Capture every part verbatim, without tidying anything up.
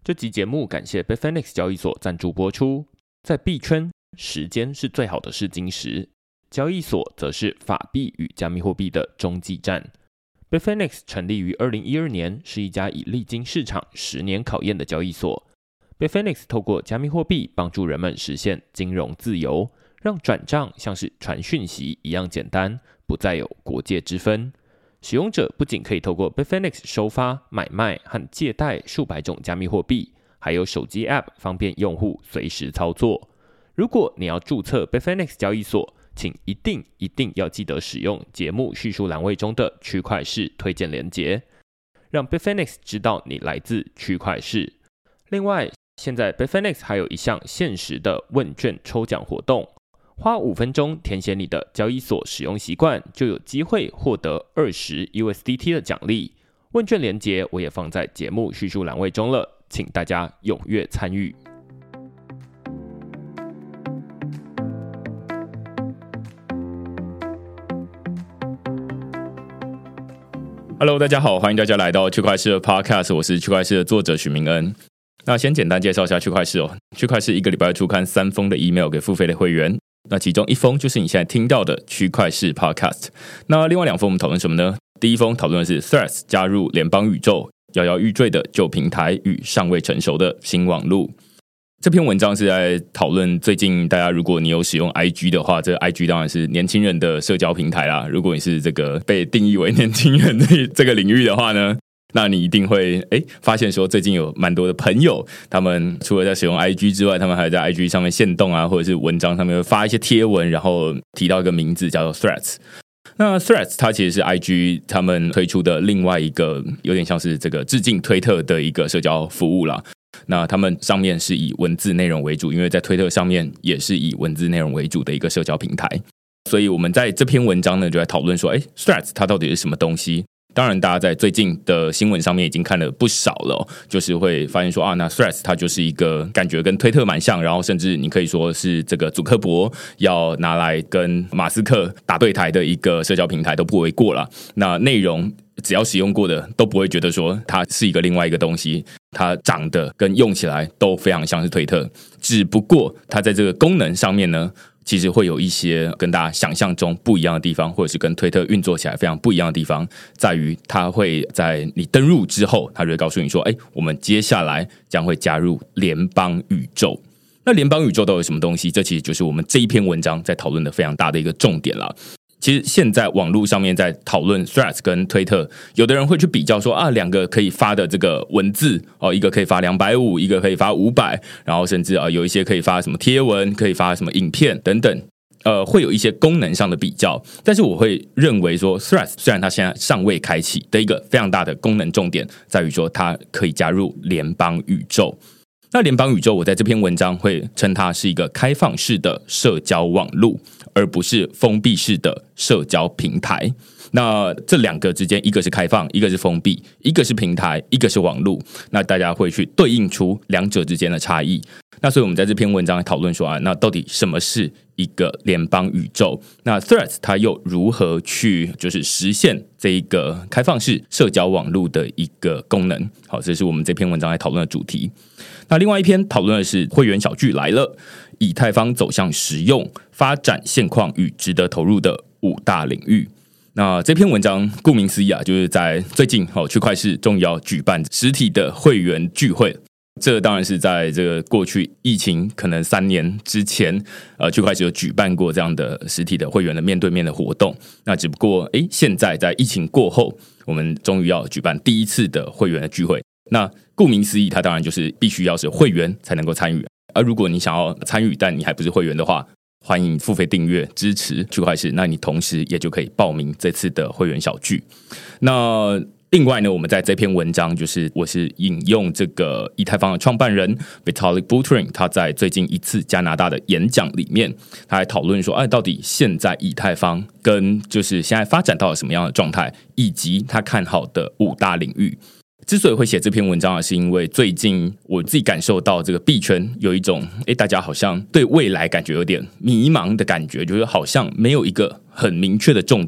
这集节目感谢 Bitfinex 交易所赞助播出。在币圈，时间是最好的试金石，交易所则是法币与加密货币的中继站。Bitfinex 成立于二零一二年，是一家已历经市场十年考验的交易所。Bitfinex 透过加密货币帮助人们实现金融自由，让转账像是传讯息一样简单，不再有国界之分。使用者不仅可以透过 Bitfinex 收发、买卖和借贷数百种加密货币，还有手机 App 方便用户随时操作。如果你要注册 Bitfinex 交易所，请一定一定要记得使用节目叙述栏位中的区块式推荐连结，让 Bitfinex 知道你来自区块式。另外，现在 Bitfinex 还有一项限时的问卷抽奖活动，花五分钟填写你的交易所使用习惯，就有机会获得二十 U S D T 的奖励。问卷连结我也放在节目叙述栏位中了，请大家踊跃参与。 Hello， 大家好，欢迎大家来到区块市的 Podcast， 我是区块市的作者许明恩。那先简单介绍一下区块市哦，区块市一个礼拜出刊三封的 email 给付费的会员，那其中一封就是你现在听到的区块市 Podcast。那另外两封我们讨论什么呢？第一封讨论的是 Threads 加入联邦宇宙，摇摇欲坠的旧平台与尚未成熟的新网路。这篇文章是在讨论最近大家如果你有使用 I G 的话，这个 I G 当然是年轻人的社交平台啦。如果你是这个被定义为年轻人的这个领域的话呢，那你一定会诶发现说最近有蛮多的朋友，他们除了在使用 I G 之外，他们还在 I G 上面限动啊，或者是文章上面会发一些贴文，然后提到一个名字叫做 Threads。那 Threads 它其实是 I G 他们推出的另外一个有点像是这个致敬推特的一个社交服务啦。那他们上面是以文字内容为主，因为在推特上面也是以文字内容为主的一个社交平台，所以我们在这篇文章呢就在讨论说，哎 ，Threads 它到底是什么东西？当然，大家在最近的新闻上面已经看了不少了、哦，就是会发现说啊，那 Threads 它就是一个感觉跟推特蛮像，然后甚至你可以说是这个祖克伯要拿来跟马斯克打对台的一个社交平台都不为过了。那内容只要使用过的都不会觉得说它是一个另外一个东西，它长得跟用起来都非常像是推特，只不过它在这个功能上面呢，其实会有一些跟大家想象中不一样的地方，或者是跟推特运作起来非常不一样的地方，在于它会在你登入之后，它就会告诉你说，哎，我们接下来将会加入联邦宇宙。那联邦宇宙都有什么东西？这其实就是我们这一篇文章在讨论的非常大的一个重点啦。其实现在网络上面在讨论 Threads 跟推特，有的人会去比较说啊，两个可以发的这个文字哦，一个可以发两百五十，一个可以发五百，然后甚至啊有一些可以发什么贴文，可以发什么影片等等，呃，会有一些功能上的比较。但是我会认为说 Threads 虽然它现在尚未开启的一个非常大的功能重点，在于说它可以加入联邦宇宙。那联邦宇宙，我在这篇文章会称它是一个开放式的社交网路，而不是封闭式的社交平台。那这两个之间，一个是开放，一个是封闭，一个是平台，一个是网路。那大家会去对应出两者之间的差异。那所以我们在这篇文章讨论说啊，那到底什么是一个联邦宇宙？那 Threads 它又如何去就是实现这一个开放式社交网路的一个功能？好，这是我们这篇文章来讨论的主题。那另外一篇讨论的是会员小聚来了，以太坊走向实用，发展现况与值得投入的五大领域。那这篇文章顾名思义啊，就是在最近哦，区块市终于要举办实体的会员聚会。这当然是在这个过去疫情可能三年之前，呃，区块市有举办过这样的实体的会员的面对面的活动。那只不过，哎，现在在疫情过后，我们终于要举办第一次的会员的聚会。那顾名思义，它当然就是必须要是会员才能够参与。而如果你想要参与，但你还不是会员的话，欢迎付费订阅支持区块市，那你同时也就可以报名这次的会员小聚。那另外呢，我们在这篇文章就是我是引用这个以太坊的创办人 Vitalik Buterin 他在最近一次加拿大的演讲里面，他还讨论说，哎，到底现在以太坊跟就是现在发展到了什么样的状态，以及他看好的五大领域。之所以会写这篇文章，是因为最近我自己感受到这个币圈有一种，诶，大家好像对未来感觉有点迷茫的感觉，就是好像没有一个很明确的重点，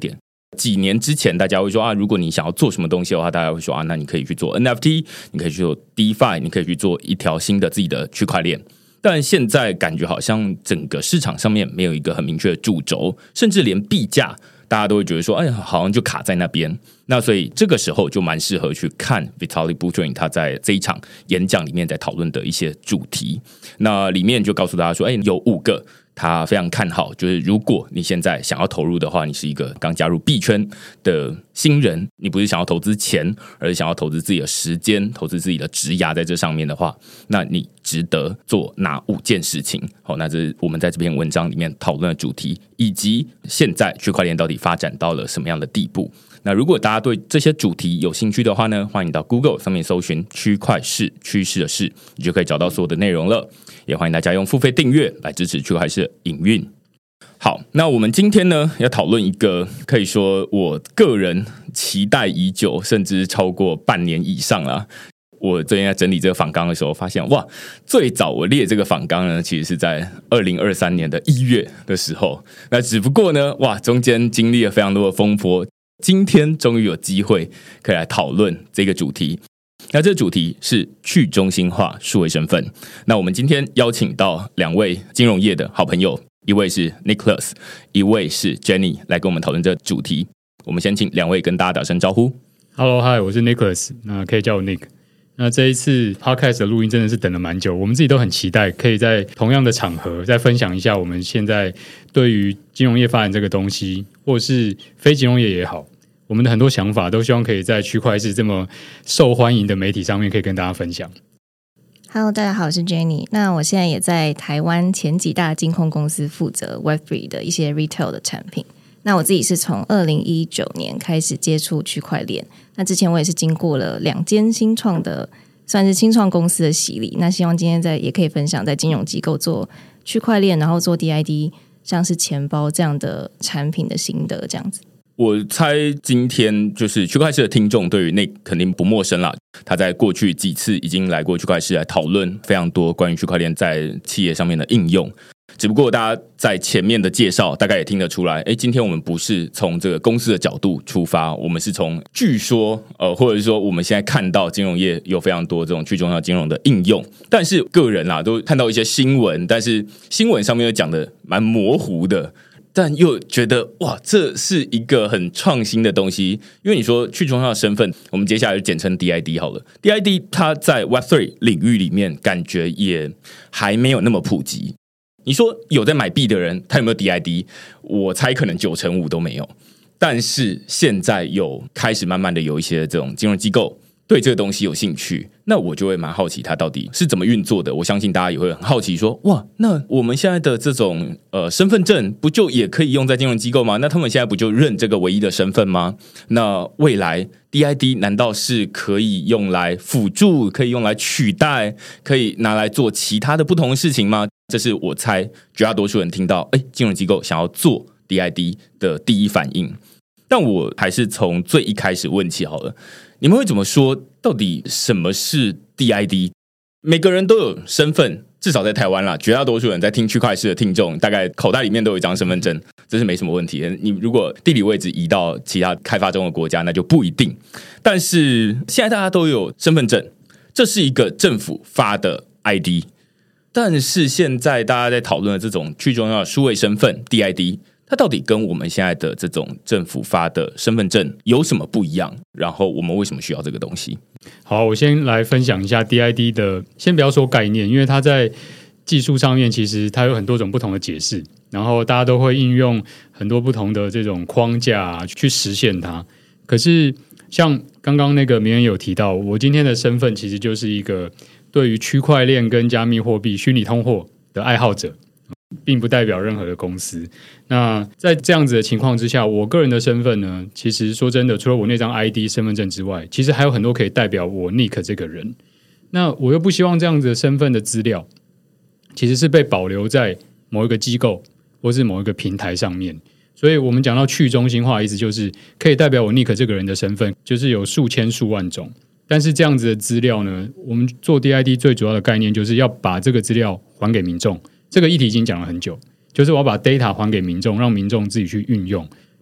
几年之前大家会说啊，如果你想要做什么东西的话，大家会说啊，那你可以去做 N F T， 你可以去做 DeFi， 你可以去做一条新的自己的区块链。但现在感觉好像整个市场上面没有一个很明确的主轴，甚至连币价大家都会觉得说，哎，好像就卡在那边。那所以这个时候就蛮适合去看 Vitalik Buterin 他在这一场演讲里面在讨论的一些主题。那里面就告诉大家说，哎，有五个他非常看好，就是如果你现在想要投入的话，你是一个刚加入币圈的新人，你不是想要投资钱，而是想要投资自己的时间，投资自己的职涯在这上面的话，那你值得做哪五件事情？好，那这是我们在这篇文章里面讨论的主题，以及现在区块链到底发展到了什么样的地步。那如果大家对这些主题有兴趣的话呢，欢迎到 Google 上面搜寻区块市，趋势的势，你就可以找到所有的内容了。也欢迎大家用付费订阅来支持区块市的营运。好，那我们今天呢要讨论一个可以说我个人期待已久，甚至超过半年以上啦。我最近在整理这个访纲的时候发现，哇，最早我列这个访纲呢，其实是在二零二三年的一月的时候。那只不过呢，哇，中间经历了非常多的风波，今天终于有机会可以来讨论这个主题。那这个主题是去中心化数位身份。那我们今天邀请到两位金融业的好朋友，一位是 Nicholas， 一位是 Jenny， 来跟我们讨论这个主题。我们先请两位跟大家打声招呼。 Hello， 嗨，我是 Nicholas， 那可以叫我 Nick。那这一次 Podcast 的录音真的是等了蛮久，我们自己都很期待，可以在同样的场合再分享一下我们现在对于金融业发展这个东西，或是非金融业也好，我们的很多想法都希望可以在区块市这么受欢迎的媒体上面可以跟大家分享。 Hello， 大家好，我是 Jenny。那我现在也在台湾前几大金控公司负责 Web 三 的一些 Retail 的产品。那我自己是从二零一九年开始接触区块链，那之前我也是经过了两间新创的算是新创公司的洗礼。那希望今天在也可以分享在金融机构做区块链，然后做 D I D， 像是钱包这样的产品的心得这样子。 我猜今天就是区块市的听众对于那肯定不陌生啦，他在过去几次已经来过区块市来讨论非常多关于区块链在企业上面的应用。只不过大家在前面的介绍大概也听得出来，诶，今天我们不是从这个公司的角度出发，我们是从据说呃，或者是说我们现在看到金融业有非常多这种去中心化金融的应用，但是个人啦都看到一些新闻，但是新闻上面又讲的蛮模糊的，但又觉得哇，这是一个很创新的东西。因为你说去中心化身份，我们接下来就简称 D I D 好了。D I D 它在 Web 三 领域里面感觉也还没有那么普及。你说有在买币的人，他有没有 D I D？ 我猜可能九成五都没有。但是现在有开始慢慢的有一些这种金融机构对这个东西有兴趣，那我就会蛮好奇它到底是怎么运作的。我相信大家也会很好奇说，哇，那我们现在的这种呃身份证不就也可以用在金融机构吗？那他们现在不就认这个唯一的身份吗？那未来 D I D 难道是可以用来辅助，可以用来取代，可以拿来做其他的不同的事情吗？这是我猜绝大多数人听到哎，金融机构想要做 D I D 的第一反应。但我还是从最一开始问起好了，你们会怎么说到底什么是 D I D？ 每个人都有身份，至少在台湾啦，绝大多数人在听区块市的听众大概口袋里面都有一张身份证，这是没什么问题。你如果地理位置移到其他开发中的国家那就不一定。但是现在大家都有身份证，这是一个政府发的 I D， 但是现在大家在讨论的这种去中心化数位身份 D I D，它到底跟我们现在的这种政府发的身份证有什么不一样？然后我们为什么需要这个东西？ 好，我先来分享一下 D I D 的，先不要说概念，因为它在技术上面其实它有很多种不同的解释，然后大家都会应用很多不同的这种框架、啊、去实现它。可是像刚刚那个明恩有提到，我今天的身份其实就是一个对于区块链跟加密货币、虚拟通货的爱好者，并不代表任何的公司。那在这样子的情况之下，我个人的身份呢，其实说真的，除了我那张 I D 身份证之外，其实还有很多可以代表我 Nick 这个人。那我又不希望这样子的身份的资料其实是被保留在某一个机构或是某一个平台上面。所以我们讲到去中心化，意思就是可以代表我 Nick 这个人的身份，就是有数千数万种。但是这样子的资料呢，我们做 D I D 最主要的概念就是要把这个资料还给民众。这个议题已经讲了很久，就是我要把 data 还给民众，让民众自己去运用。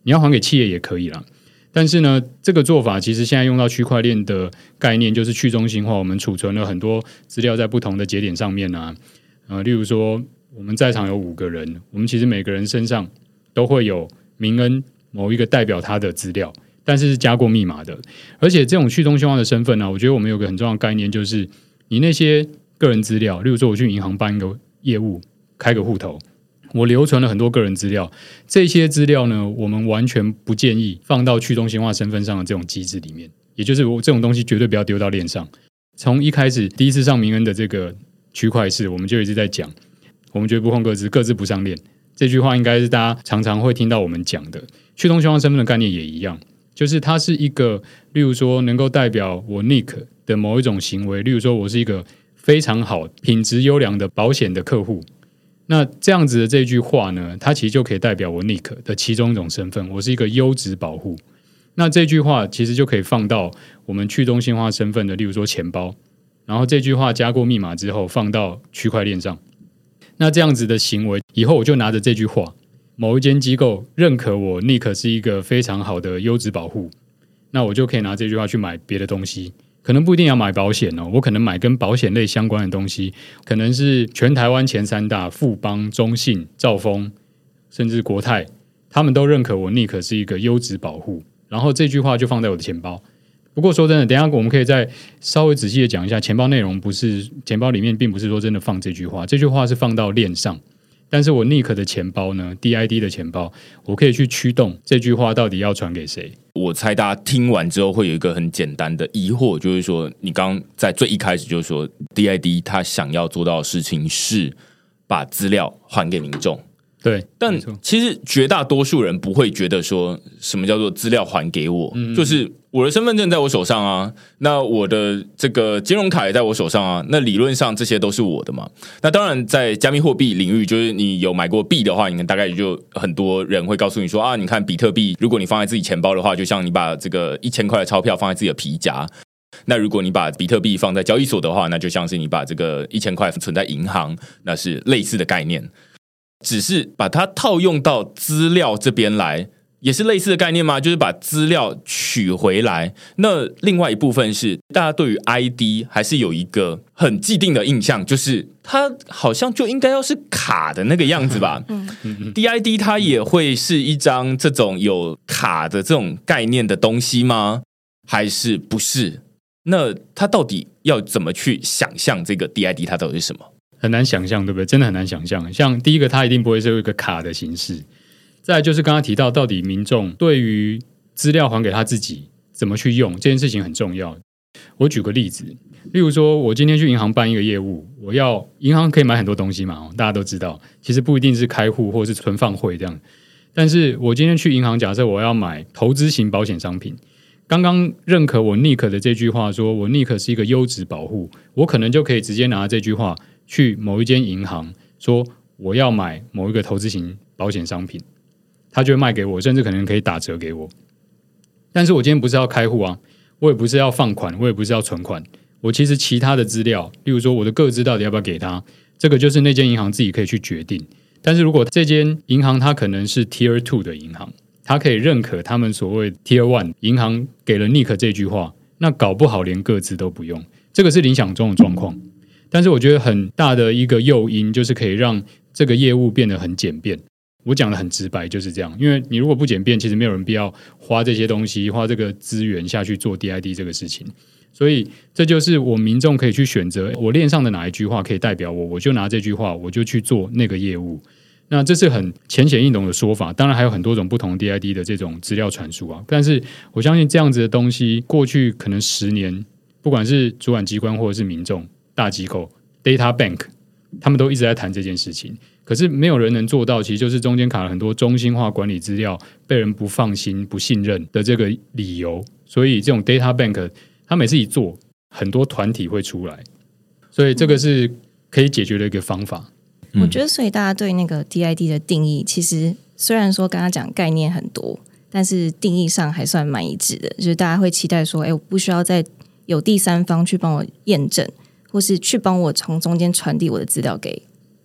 你要还给企业也可以啦。但是呢，这个做法其实现在用到区块链的概念，就是去中心化。我们储存了很多资料在不同的节点上面啊，呃，例如说我们在场有五个人，我们其实每个人身上都会有明恩某一个代表他的资料，但是是加过密码的。而且这种去中心化的身份呢、啊，我觉得我们有个很重要的概念，就是你那些个人资料，例如说我去银行办一个业务，开个户头。我留存了很多个人资料，这些资料呢，我们完全不建议放到去中心化身份上的这种机制里面，也就是我这种东西绝对不要丢到链上。从一开始第一次上明恩的这个区块市，我们就一直在讲，我们绝不碰个资，个资不上链。这句话应该是大家常常会听到我们讲的。去中心化身份的概念也一样，就是它是一个，例如说能够代表我 Nick 的某一种行为，例如说我是一个非常好、品质优良的保险的客户。那这样子的这句话呢，它其实就可以代表我 Nick 的其中一种身份，我是一个优质保护。那这句话其实就可以放到我们去中心化身份的，例如说钱包，然后这句话加过密码之后放到区块链上。那这样子的行为，以后我就拿着这句话，某一间机构认可我 Nick 是一个非常好的优质保护，那我就可以拿这句话去买别的东西。可能不一定要买保险哦，我可能买跟保险类相关的东西，可能是全台湾前三大富邦、中信、兆丰，甚至国泰，他们都认可我 Nick 是一个优质保护，然后这句话就放在我的钱包。不过说真的，等一下我们可以再稍微仔细的讲一下，钱包内容不是钱包里面并不是说真的放这句话，这句话是放到链上。但是我 Nick 的钱包呢 D I D 的钱包，我可以去驱动这句话到底要传给谁。 我猜大家听完之后会有一个很简单的疑惑，就是说你刚刚在最一开始就是说 D I D 他想要做到的事情是把资料还给民众， 对， 但其实绝大多数人不会觉得说什么叫做资料还给我、嗯、就是我的身份证在我手上啊，那我的这个金融卡也在我手上啊，那理论上这些都是我的嘛。那当然在加密货币领域，就是你有买过币的话，你大概就很多人会告诉你说啊，你看比特币如果你放在自己钱包的话，就像你把这个一千块的钞票放在自己的皮夹，那如果你把比特币放在交易所的话，那就像是你把这个一千块存在银行，那是类似的概念，只是把它套用到资料这边来也是类似的概念吗？就是把资料取回来。那另外一部分是大家对于 I D 还是有一个很既定的印象，就是它好像就应该要是卡的那个样子吧、嗯、D I D 它也会是一张这种有卡的这种概念的东西吗？还是不是？那它到底要怎么去想象这个 D I D 它到底是什么？ 很难想象，对不对？真的很难想象。像第一个，它一定不会是一个卡的形式。再来就是刚刚提到，到底民众对于资料还给他自己怎么去用这件事情很重要。我举个例子，例如说我今天去银行办一个业务，我要银行可以买很多东西嘛，大家都知道，其实不一定是开户或是存放汇这样。但是我今天去银行，假设我要买投资型保险商品，刚刚认可我 Nick 的这句话，说我 Nick 是一个优质保护，我可能就可以直接拿这句话去某一间银行说我要买某一个投资型保险商品，他就会卖给我，甚至可能可以打折给我。但是我今天不是要开户啊，我也不是要放款，我也不是要存款，我其实其他的资料，例如说我的个资到底要不要给他，这个就是那间银行自己可以去决定。但是如果这间银行它可能是 Tier 二 的银行，它可以认可他们所谓 Tier 一 银行给了 Nick 这句话，那搞不好连个资都不用，这个是理想中的状况。但是我觉得很大的一个诱因就是可以让这个业务变得很简便。我讲的很直白，就是这样。因为你如果不简便，其实没有人必要花这些东西，花这个资源下去做 D I D 这个事情。所以这就是我民众可以去选择，我链上的哪一句话可以代表我，我就拿这句话，我就去做那个业务。那这是很浅显易懂的说法，当然还有很多种不同 D I D 的这种资料传输啊。但是我相信这样子的东西，过去可能十年，不管是主管机关或者是民众大机构 Data Bank， 他们都一直在谈这件事情。可是没有人能做到，其实就是中间卡了很多中心化管理资料被人不放心、不信任的这个理由。所以这种 Data Bank， 它每次一做，很多团体会出来，所以这个是可以解决的一个方法。 我觉得，所以大家对那个 D I D 的定义，其实虽然说刚刚讲概念很多，但是定义上还算蛮一致的。就是大家会期待说，哎，我不需要再有第三方去帮我验证，或是去帮我从中间传递我的资料给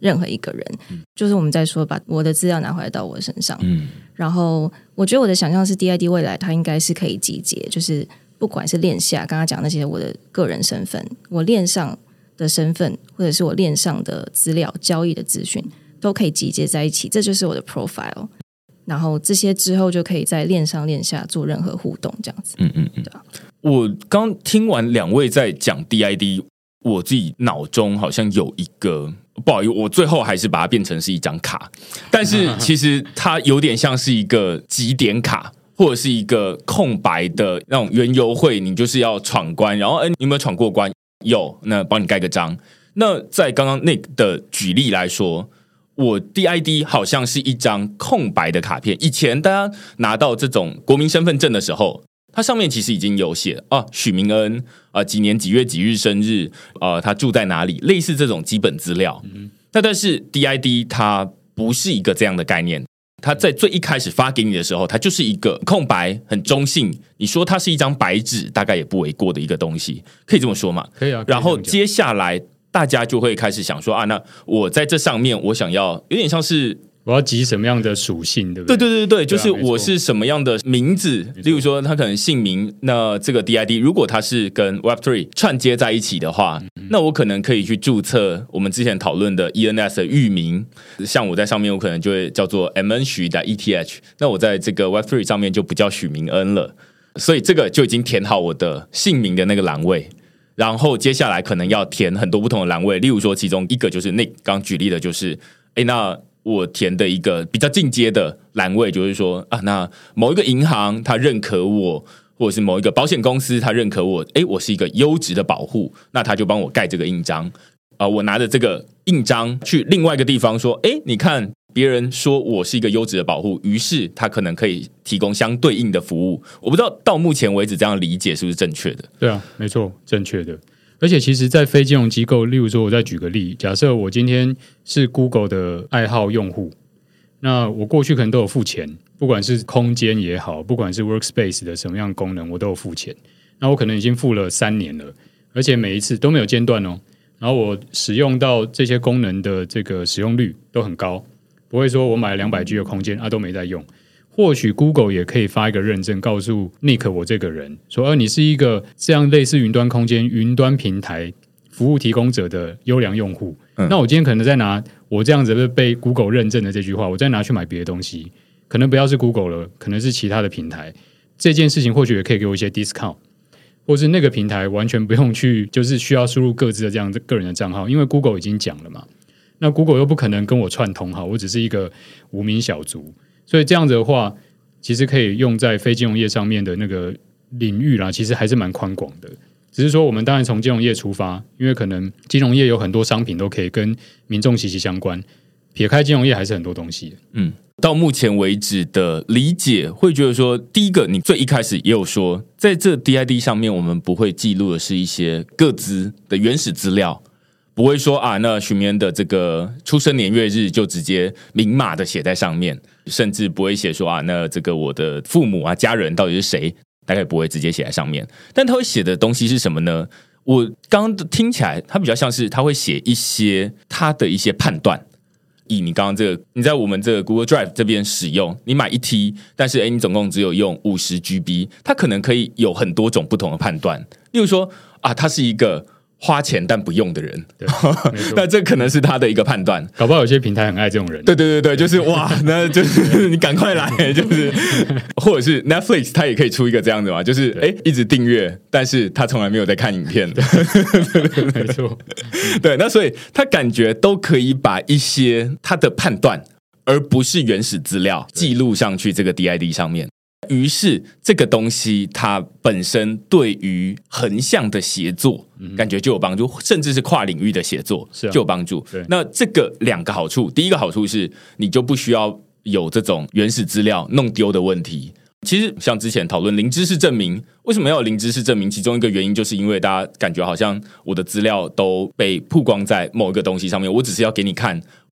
任何一个人，嗯、就是我们在说把我的资料拿回来到我的身上。 嗯， 然后我觉得我的想象是 D I D 未来它应该是可以集结，就是不管是链下刚刚讲那些我的个人身份，我链上的身份，或者是我链上的资料交易的资讯，都可以集结在一起，这就是我的 profile。然后这些之后就可以在链上链下做任何互动，这样子。 嗯嗯嗯， 对啊。 我刚听完两位在讲 D I D， 我自己脑中好像有一个，不好意思，我最后还是把它变成是一张卡，但是其实它有点像是一个集点卡。或者是一个空白的那种园游会，你就是要闯关，然后哎，你有没有闯过关？有，那帮你盖个章。那在刚刚 Nick 的举例来说，我 D I D 好像是一张空白的卡片。以前大家拿到这种国民身份证的时候，它上面其实已经有写啊，许明恩啊、呃，几年几月几日生日，呃，他住在哪里，类似这种基本资料。嗯、那但是 D I D 它不是一个这样的概念。它在最一开始发给你的时候，它就是一个空白、很中性。你说它是一张白纸，大概也不为过的一个东西，可以这么说嘛？ 可以啊。 然后接下来大家就会开始想说啊，那我在这上面，我想要有点像是我要集什么样的属性，对不对？ 对对对对，就是我是什么样的名字，例如说他可能姓名，那这个 D I D 如果它是跟 Web 三 串接在一起的话，嗯、那我可能可以去注册我们之前讨论的 E N S 的域名，像我在上面我可能就会叫做 M N 许的 E T H， 那我在这个 Web 三 上面就不叫许明恩了，所以这个就已经填好我的姓名的那个栏位。然后接下来可能要填很多不同的栏位，例如说其中一个就是那刚举例的就是哎那我填的一个比较进阶的栏位，就是说啊，那某一个银行它认可我，或者是某一个保险公司它认可我，诶，我是一个优质的保护，那他就帮我盖这个印章啊、呃，我拿着这个印章去另外一个地方说，诶，你看别人说我是一个优质的保护，于是他可能可以提供相对应的服务。我不知道到目前为止这样理解是不是正确的？ 对啊，没错，正确的。而且其实在非金融机构，例如说我再举个例，假设我今天是 Google 的爱好用户，那我过去可能都有付钱，不管是空间也好，不管是 Workspace 的什么样功能我都有付钱，那我可能已经付了三年了，而且每一次都没有间断哦，然后我使用到这些功能的这个使用率都很高，不会说我买了两百 G 的空间啊都没在用。或许 Google 也可以发一个认证，告诉 Nick 我这个人说，呃，你是一个这样类似云端空间、云端平台服务提供者的优良用户。嗯、那我今天可能再拿我这样子被 Google 认证的这句话，我再拿去买别的东西，可能不要是 Google 了，可能是其他的平台。这件事情或许也可以给我一些 discount， 或是那个平台完全不用去，就是需要输入各自的这样个人的账号，因为 Google 已经讲了嘛。那 Google 又不可能跟我串通好，我只是一个无名小卒。所以这样子的话，其实可以用在非金融业上面的那个领域啦，其实还是蛮宽广的。只是说，我们当然从金融业出发，因为可能金融业有很多商品都可以跟民众息息相关。撇开金融业，还是很多东西。 嗯，到目前为止的理解，会觉得说，第一个，你最一开始也有说，在这 D I D 上面，我们不会记录的是一些个资的原始资料。不会说啊，那许明恩的这个出生年月日就直接明码的写在上面，甚至不会写说啊，那这个我的父母啊家人到底是谁，大概不会直接写在上面。但他会写的东西是什么呢？我刚刚听起来，他比较像是他会写一些他的一些判断。以你刚刚这个，你在我们这个 Google Drive 这边使用，你买一 T， 但是诶你总共只有用五十 G B， 它可能可以有很多种不同的判断。例如说啊，他是一个花钱但不用的人，那这可能是他的一个判断。 搞不好有些平台很爱这种人。 对对对对，就是哇，那就是你赶快来，就是或者是 Netflix， 它也可以出一个这样子嘛，就是哎一直订阅，但是他从来没有在看影片的。 没错， 对，那所以他感觉都可以把一些他的判断，而不是原始资料记录上去这个 D I D 上面。于是这个东西它本身对于横向的协作、嗯、感觉就有帮助，甚至是跨领域的协作就有帮助、啊、那这个两个好处，第一个好处是你就不需要有这种原始资料弄丢的问题。其实像之前讨论零知识证明，为什么要有零知识证明？其中一个原因就是因为大家感觉好像我的资料都被曝光在某一个东西上面，我只是要给你看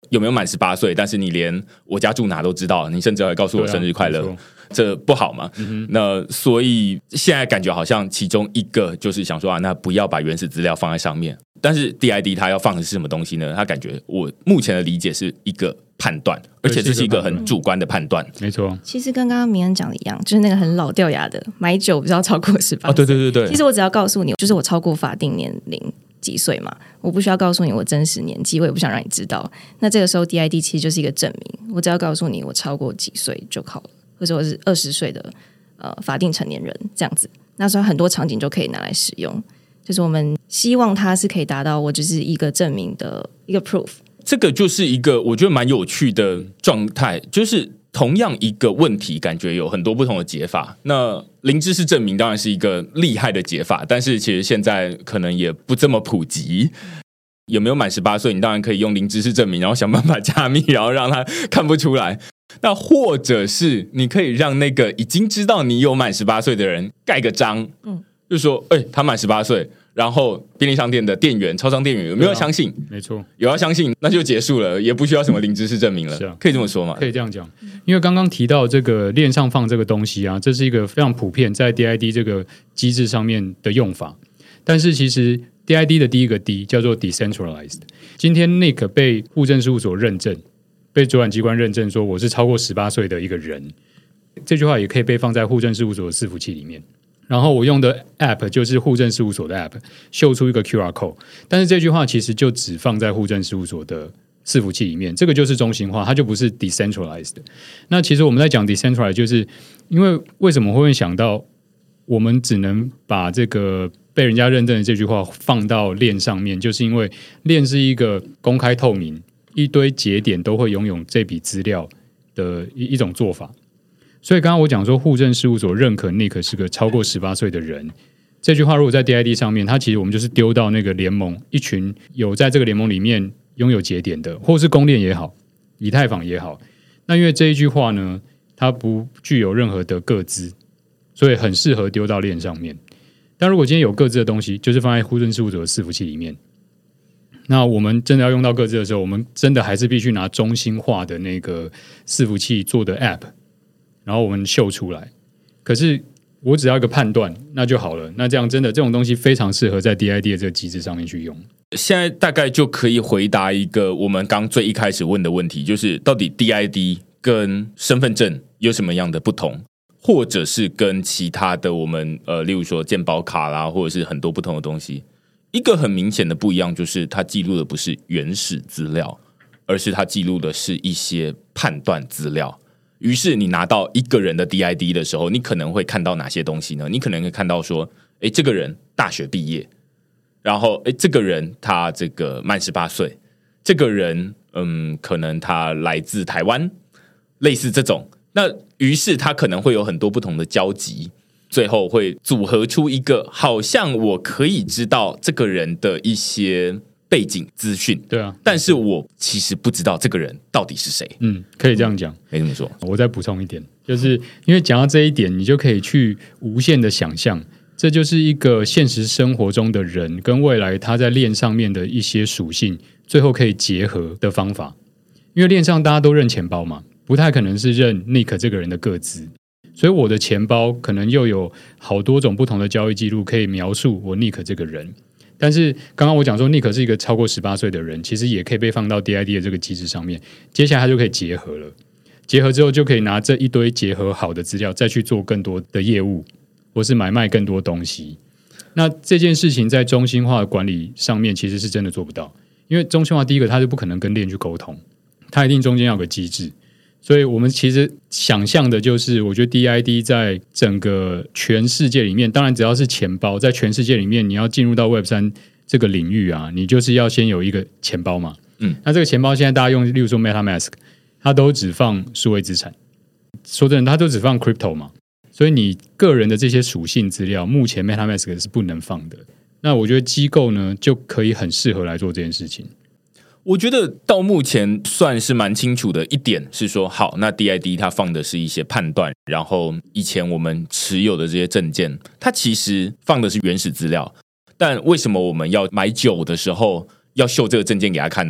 有没有满十八岁，但是你连我家住哪都知道，你甚至还告诉我生日快乐，啊、这不好嘛、嗯？那所以现在感觉好像其中一个就是想说啊，那不要把原始资料放在上面。但是 D I D 它要放的是什么东西呢？它感觉我目前的理解是一个判断，而且这是一个很主观的判断。 没错， 其实跟刚刚明恩讲的一样，就是那个很老掉牙的买酒不是要超过十八岁？ 哦，对对对对。 其实我只要告诉你，就是我超过法定年龄几岁嘛，我不需要告诉你我真实年纪，我也不想让你知道。那这个时候 D I D 其实就是一个证明，我只要告诉你我超过几岁就好了，或者我是二十岁的呃法定成年人这样子。那时候很多场景就可以拿来使用，就是我们希望它是可以达到我只是一个证明的一个 proof。 这个就是一个我觉得蛮有趣的状态，就是同样一个问题，感觉有很多不同的解法。那零知识证明当然是一个厉害的解法，但是其实现在可能也不这么普及。有没有满十八岁，你当然可以用零知识证明，然后想办法加密，然后让他看不出来。那或者是你可以让那个已经知道你有满十八岁的人盖个章，嗯，就说哎、欸，他满十八岁。然后便利商店的店员、超商店员有没有相信？ 没错， 有要相信，那就结束了，也不需要什么零知识证明了。是啊，可以这么说吗？ 可以这样讲，因为刚刚提到这个链上放这个东西啊，这是一个非常普遍在 D I D 这个机制上面的用法。但是其实 D I D 的第一个 D 叫做 decentralized。今天 Nick 被户政事务所认证，被主管机关认证说我是超过十八岁的一个人，这句话也可以被放在户政事务所的伺服器里面。然后我用的 App 就是户政事务所的 App， 秀出一个 Q R code， 但是这句话其实就只放在户政事务所的伺服器里面，这个就是中心化，它就不是 decentralized 的。那其实我们在讲 decentralized， 就是因为为什么会想到我们只能把这个被人家认证的这句话放到链上面，就是因为链是一个公开透明，一堆节点都会拥有这笔资料的一一种做法。所以刚刚我讲说户政事务所认可 Nick 是个超过十八岁的人，这句话如果在 D I D 上面，它其实我们就是丢到那个联盟，一群有在这个联盟里面拥有节点的，或是公链也好，以太坊也好，那因为这一句话呢，它不具有任何的个资，所以很适合丢到链上面。但如果今天有个资的东西，就是放在户政事务所的伺服器里面，那我们真的要用到个资的时候，我们真的还是必须拿中心化的那个伺服器做的 App，然后我们秀出来，可是我只要一个判断那就好了。那这样真的这种东西非常适合在 D I D 的这个机制上面去用。 现在大概就可以回答一个我们刚最一开始问的问题，就是到底 D I D 跟身份证有什么样的不同，或者是跟其他的我们呃，例如说健保卡啦，或者是很多不同的东西，一个很明显的不一样就是它记录的不是原始资料，而是它记录的是一些判断资料。于是你拿到一个人的 D I D 的时候，你可能会看到哪些东西呢？你可能会看到说，诶，这个人大学毕业，然后诶，这个人他这个满十八岁，这个人嗯，可能他来自台湾，类似这种。那于是他可能会有很多不同的交集，最后会组合出一个好像我可以知道这个人的一些背景资讯， 对啊， 但是我其实不知道这个人到底是谁。 嗯，可以这样讲， 可以这么说。 我再补充一点，就是因为讲到这一点，你就可以去无限的想象，这就是一个现实生活中的人跟未来他在链上面的一些属性，最后可以结合的方法。因为链上大家都认钱包嘛，不太可能是认 Nick 这个人的个资，所以我的钱包可能又有好多种不同的交易记录可以描述我 Nick 这个人。但是刚刚我讲说 Nick 是一个超过十八岁的人，其实也可以被放到 D I D 的这个机制上面，接下来它就可以结合了，结合之后就可以拿这一堆结合好的资料再去做更多的业务，或是买卖更多东西。那这件事情在中心化的管理上面其实是真的做不到，因为中心化第一个它是不可能跟链去沟通，它一定中间要有个机制。所以我们其实想象的就是我觉得 D I D 在整个全世界里面，当然只要是钱包在全世界里面，你要进入到 Web 三 这个领域啊，你就是要先有一个钱包嘛。嗯，那这个钱包现在大家用例如说 MetaMask， 它都只放数位资产，说真的它都只放 Crypto 嘛，所以你个人的这些属性资料目前 MetaMask 是不能放的。那我觉得机构呢就可以很适合来做这件事情。 我觉得到目前算是蛮清楚的一点是说，好，那 D I D 它放的是一些判断，然后以前我们持有的这些证件，它其实放的是原始资料。但为什么我们要买酒的时候要秀这个证件给他看呢？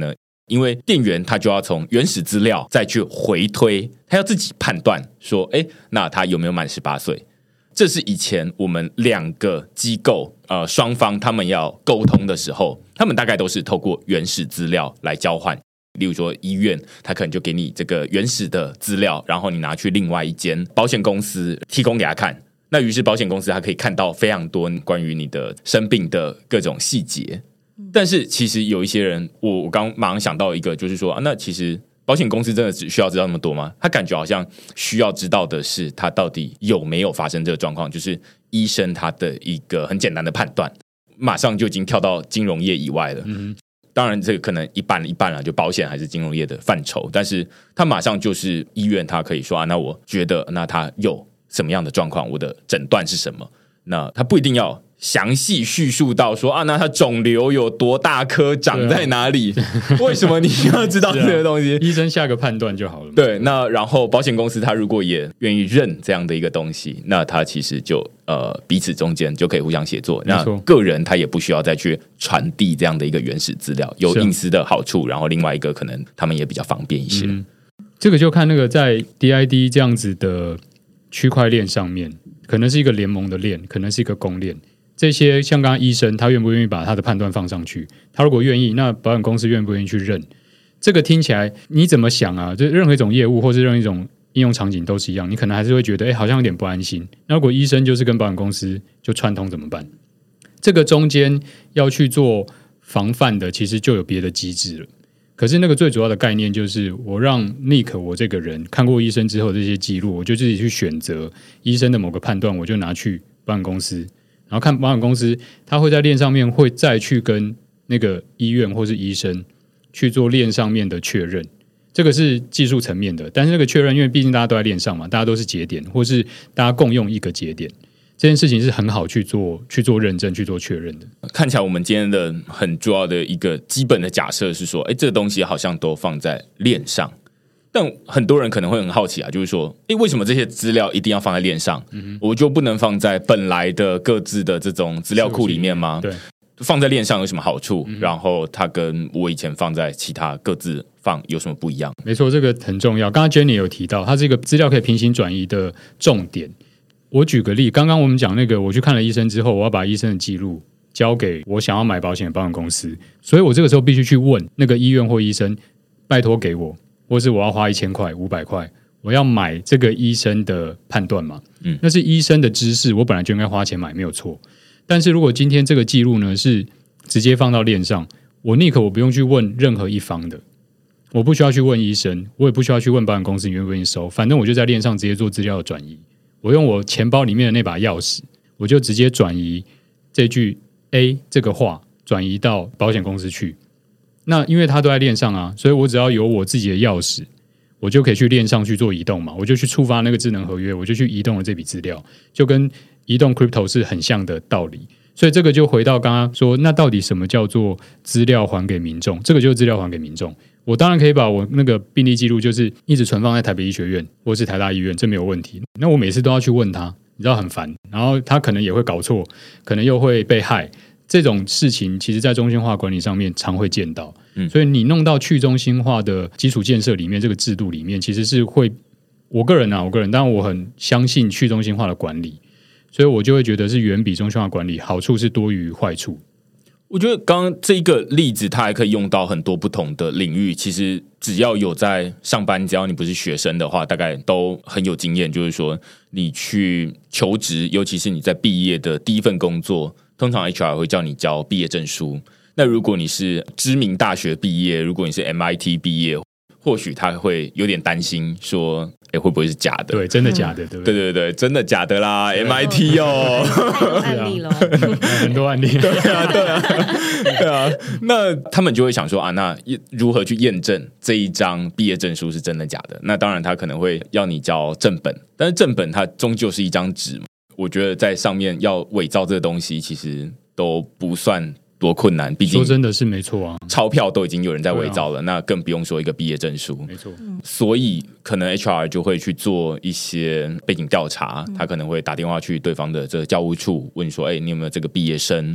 因为店员他就要从原始资料再去回推，他要自己判断说，哎，那他有没有满十八岁？这是以前我们两个机构呃双方他们要沟通的时候，他们大概都是透过原始资料来交换。例如说医院他可能就给你这个原始的资料，然后你拿去另外一间保险公司提供给他看，那于是保险公司他可以看到非常多关于你的生病的各种细节。但是其实有一些人，我我刚马上想到一个，就是说、啊、那其实保险公司真的只需要知道那么多吗？他感觉好像需要知道的是他到底有没有发生这个状况，就是医生他的一个很简单的判断，马上就已经跳到金融业以外了。嗯，当然这个可能一半一半啦，就保险还是金融业的范畴，但是他马上就是医院他可以说啊，那我觉得那他有什么样的状况，我的诊断是什么，那他不一定要详细叙述到说啊，那他肿瘤有多大颗，长在哪里、啊、为什么你需要知道这个东西、 啊、医生下个判断就好了。 对，那然后保险公司他如果也愿意认这样的一个东西，那他其实就呃彼此中间就可以互相协作，那个人他也不需要再去传递这样的一个原始资料，有隐私的好处，然后另外一个可能他们也比较方便一些、嗯、 这个就看那个在 D I D 这样子的区块链上面，可能是一个联盟的链，可能是一个公链，这些像刚刚医生他愿不愿意把他的判断放上去，他如果愿意，那保险公司愿不愿意去认，这个听起来你怎么想啊，就任何一种业务或是任何一种应用场景都是一样，你可能还是会觉得哎，好像有点不安心。那如果医生就是跟保险公司就串通怎么办？这个中间要去做防范的其实就有别的机制了，可是那个最主要的概念就是我让 Nick 我这个人看过医生之后这些记录，我就自己去选择医生的某个判断，我就拿去保险公司，然后看保险公司他会在链上面会再去跟那个医院或是医生去做链上面的确认，这个是技术层面的，但是那个确认因为毕竟大家都在链上嘛，大家都是节点或是大家共用一个节点，这件事情是很好去做去做认证去做确认的。 看起来我们今天的很重要的一个基本的假设是说，哎，这个东西好像都放在链上，但很多人可能会很好奇啊，就是说，哎，为什么这些资料一定要放在链上、嗯、我就不能放在本来的各自的这种资料库里面吗？ 对， 放在链上有什么好处、嗯、然后它跟我以前放在其他各自放有什么不一样？ 没错，这个很重要。刚刚 Jenny 有提到它是一个资料可以平行转移的重点。我举个例，刚刚我们讲那个我去看了医生之后，我要把医生的记录交给我想要买保险的保险公司，所以我这个时候必须去问那个医院或医生，拜托给我，或是我要花一千块五百块，我要买这个医生的判断嘛、嗯、那是医生的知识，我本来就应该花钱买没有错。但是如果今天这个记录呢是直接放到链上，我立刻我不用去问任何一方的，我不需要去问医生，我也不需要去问保险公司你愿不愿意收，反正我就在链上直接做资料的转移，我用我钱包里面的那把钥匙，我就直接转移这句 A 这个话转移到保险公司去。那因为它都在链上啊，所以我只要有我自己的钥匙，我就可以去链上去做移动嘛，我就去触发那个智能合约，我就去移动了这笔资料，就跟移动 crypto 是很像的道理。所以这个就回到刚刚说，那到底什么叫做资料还给民众？这个就是资料还给民众。我当然可以把我那个病历记录就是一直存放在台北医学院或是台大医院，这没有问题。那我每次都要去问他，你知道很烦，然后他可能也会搞错，可能又会被害。这种事情其实在中心化管理上面常会见到、嗯、所以你弄到去中心化的基础建设里面，这个制度里面其实是会，我个人啊我个人当然我很相信去中心化的管理，所以我就会觉得是远比中心化管理好处是多于坏处。 我觉得刚刚这一个例子它还可以用到很多不同的领域，其实只要有在上班，只要你不是学生的话，大概都很有经验。就是说你去求职，尤其是你在毕业的第一份工作，通常 H R 会叫你交毕业证书。那如果你是知名大学毕业，如果你是 M I T 毕业，或许他会有点担心说，哎，会不会是假的？ 对，真的假的？对不对？ 对对对，真的假的啦 ！M I T 哦， 太有案例了， 很多案例。 对啊，对啊，对啊。那他们就会想说啊，那如何去验证这一张毕业证书是真的假的？那当然，他可能会要你交正本，但是正本它终究是一张纸。我觉得在上面要伪造这个东西，其实都不算多困难，毕竟说真的是没错啊， 钞票都已经有人在伪造了、啊、那更不用说一个毕业证书。 没错， 所以可能 H R 就会去做一些背景调查、嗯、他可能会打电话去对方的这个教务处问说，哎，你有没有这个毕业生？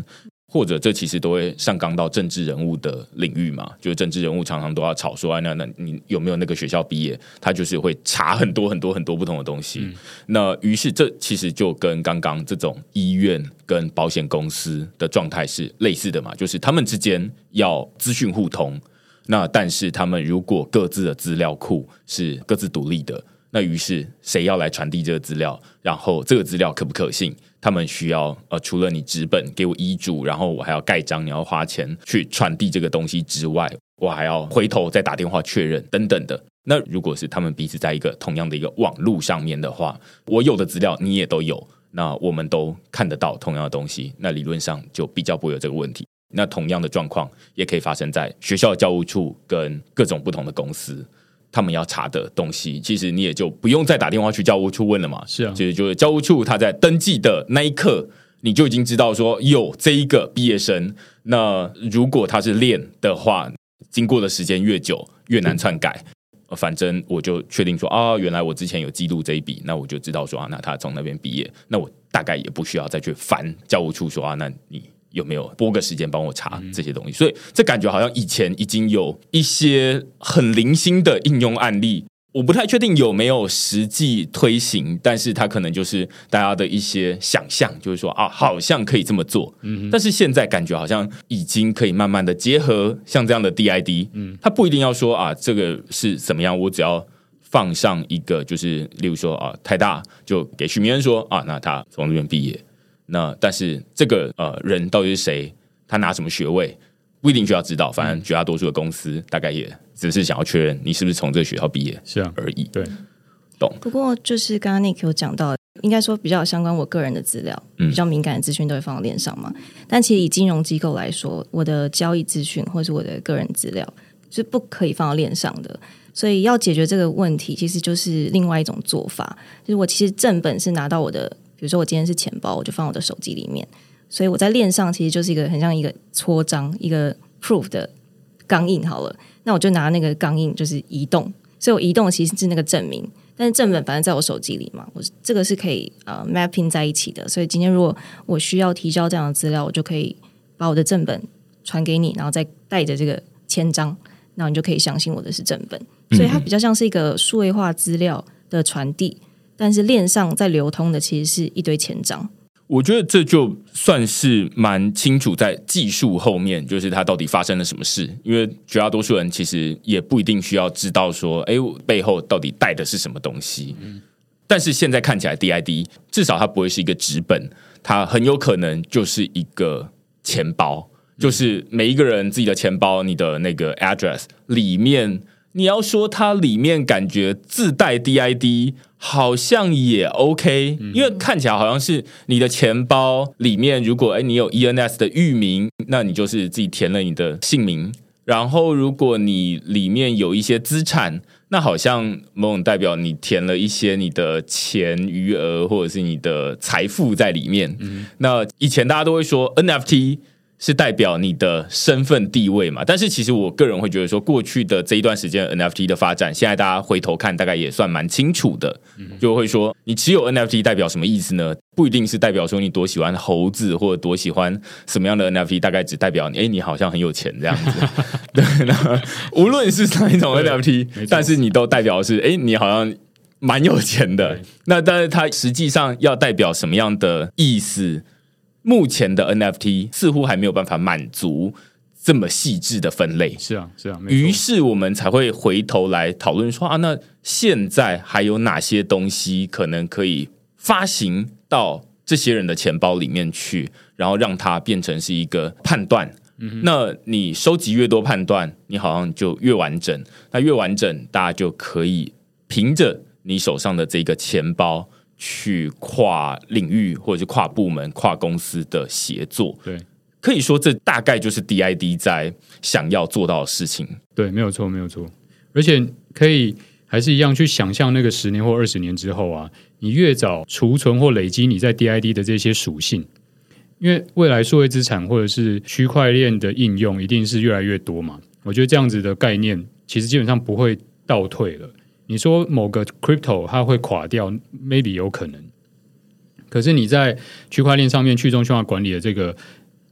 或者这其实都会上纲到政治人物的领域嘛，就是政治人物常常都要吵说，哎，那那你有没有那个学校毕业？他就是会查很多很多很多不同的东西。嗯、那于是这其实就跟刚刚这种医院跟保险公司的状态是类似的嘛，就是他们之间要资讯互通。那但是他们如果各自的资料库是各自独立的，那于是谁要来传递这个资料，然后这个资料可不可信，他们需要呃除了你纸本给我医嘱，然后我还要盖章，你要花钱去传递这个东西之外，我还要回头再打电话确认等等的。那如果是他们彼此在一个同样的一个网路上面的话，我有的资料你也都有，那我们都看得到同样的东西，那理论上就比较不会有这个问题。那同样的状况也可以发生在学校的教务处跟各种不同的公司，他们要查的东西，其实你也就不用再打电话去教务处问了嘛。 是啊， 其实就是教务处他在登记的那一刻，你就已经知道说有这一个毕业生。那如果他是练的话，经过的时间越久越难篡改。反正我就确定说啊，原来我之前有记录这一笔，那我就知道说啊，那他从那边毕业，那我大概也不需要再去烦教务处说啊，那你有没有拨个时间帮我查这些东西？所以这感觉好像以前已经有一些很零星的应用案例，我不太确定有没有实际推行，但是它可能就是大家的一些想象，就是说啊，好像可以这么做。嗯，但是现在感觉好像已经可以慢慢的结合像这样的 D I D， 嗯，它不一定要说啊，这个是怎么样，我只要放上一个，就是例如说啊，台大就给许明恩说啊，那他从这边毕业。那但是这个呃人到底是谁，他拿什么学位，不一定需要知道，反正绝大多数的公司大概也只是想要确认你是不是从这个学校毕业， 是啊而已。 对， 懂。 不过就是刚刚 Nick 有讲到，应该说比较相关我个人的资料，比较敏感的资讯都会放到链上嘛。嗯、但其实以金融机构来说，我的交易资讯或是我的个人资料是不可以放到链上的。所以要解决这个问题，其实就是另外一种做法，就是我其实正本是拿到我的。比如说我今天是钱包，我就放我的手机里面，所以我在链上其实就是一个很像一个戳章一个 proof 的钢印好了，那我就拿那个钢印就是移动，所以我移动其实是那个证明，但是正本反正在我手机里嘛，我这个是可以呃 mapping 在一起的，所以今天如果我需要提交这样的资料，我就可以把我的正本传给你，然后再带着这个签章，那你就可以相信我的是正本，所以它比较像是一个数位化资料的传递，但是链上在流通的其实是一堆签章。 我觉得这就算是蛮清楚在技术后面，就是它到底发生了什么事，因为绝大多数人其实也不一定需要知道说哎，背后到底带的是什么东西、嗯、但是现在看起来 D I D 至少它不会是一个纸本，它很有可能就是一个钱包，就是每一个人自己的钱包，你的那个 address 里面，你要说它里面感觉自带 D I D 好像也 OK、嗯、因为看起来好像是你的钱包里面，如果你有 E N S 的域名，那你就是自己填了你的姓名，然后如果你里面有一些资产，那好像某种代表你填了一些你的钱余额或者是你的财富在里面、嗯、那以前大家都会说 N F T是代表你的身份地位嘛，但是其实我个人会觉得说，过去的这一段时间 N F T 的发展，现在大家回头看大概也算蛮清楚的、嗯、就会说你持有 N F T 代表什么意思呢？不一定是代表说你多喜欢猴子或者多喜欢什么样的 N F T， 大概只代表你哎，你好像很有钱这样子对，那无论是哪一种 N F T， 但是你都代表是哎，你好像蛮有钱的。那但是它实际上要代表什么样的意思，目前的 N F T 似乎还没有办法满足这么细致的分类。 是啊，是啊， 于是我们才会回头来讨论说啊，那现在还有哪些东西可能可以发行到这些人的钱包里面去，然后让它变成是一个判断。嗯、那你收集越多判断，你好像就越完整。那越完整，大家就可以凭着你手上的这个钱包去跨领域或者是跨部门跨公司的协作。 对， 可以说这大概就是 D I D 在想要做到的事情。 对，没有错没有错，而且可以还是一样去想象那个十年或二十年之后啊，你越早储存或累积你在 D I D 的这些属性，因为未来数位资产或者是区块链的应用一定是越来越多嘛，我觉得这样子的概念其实基本上不会倒退了。你说某个 crypto 它会垮掉 maybe 有可能，可是你在区块链上面去中心化管理的这个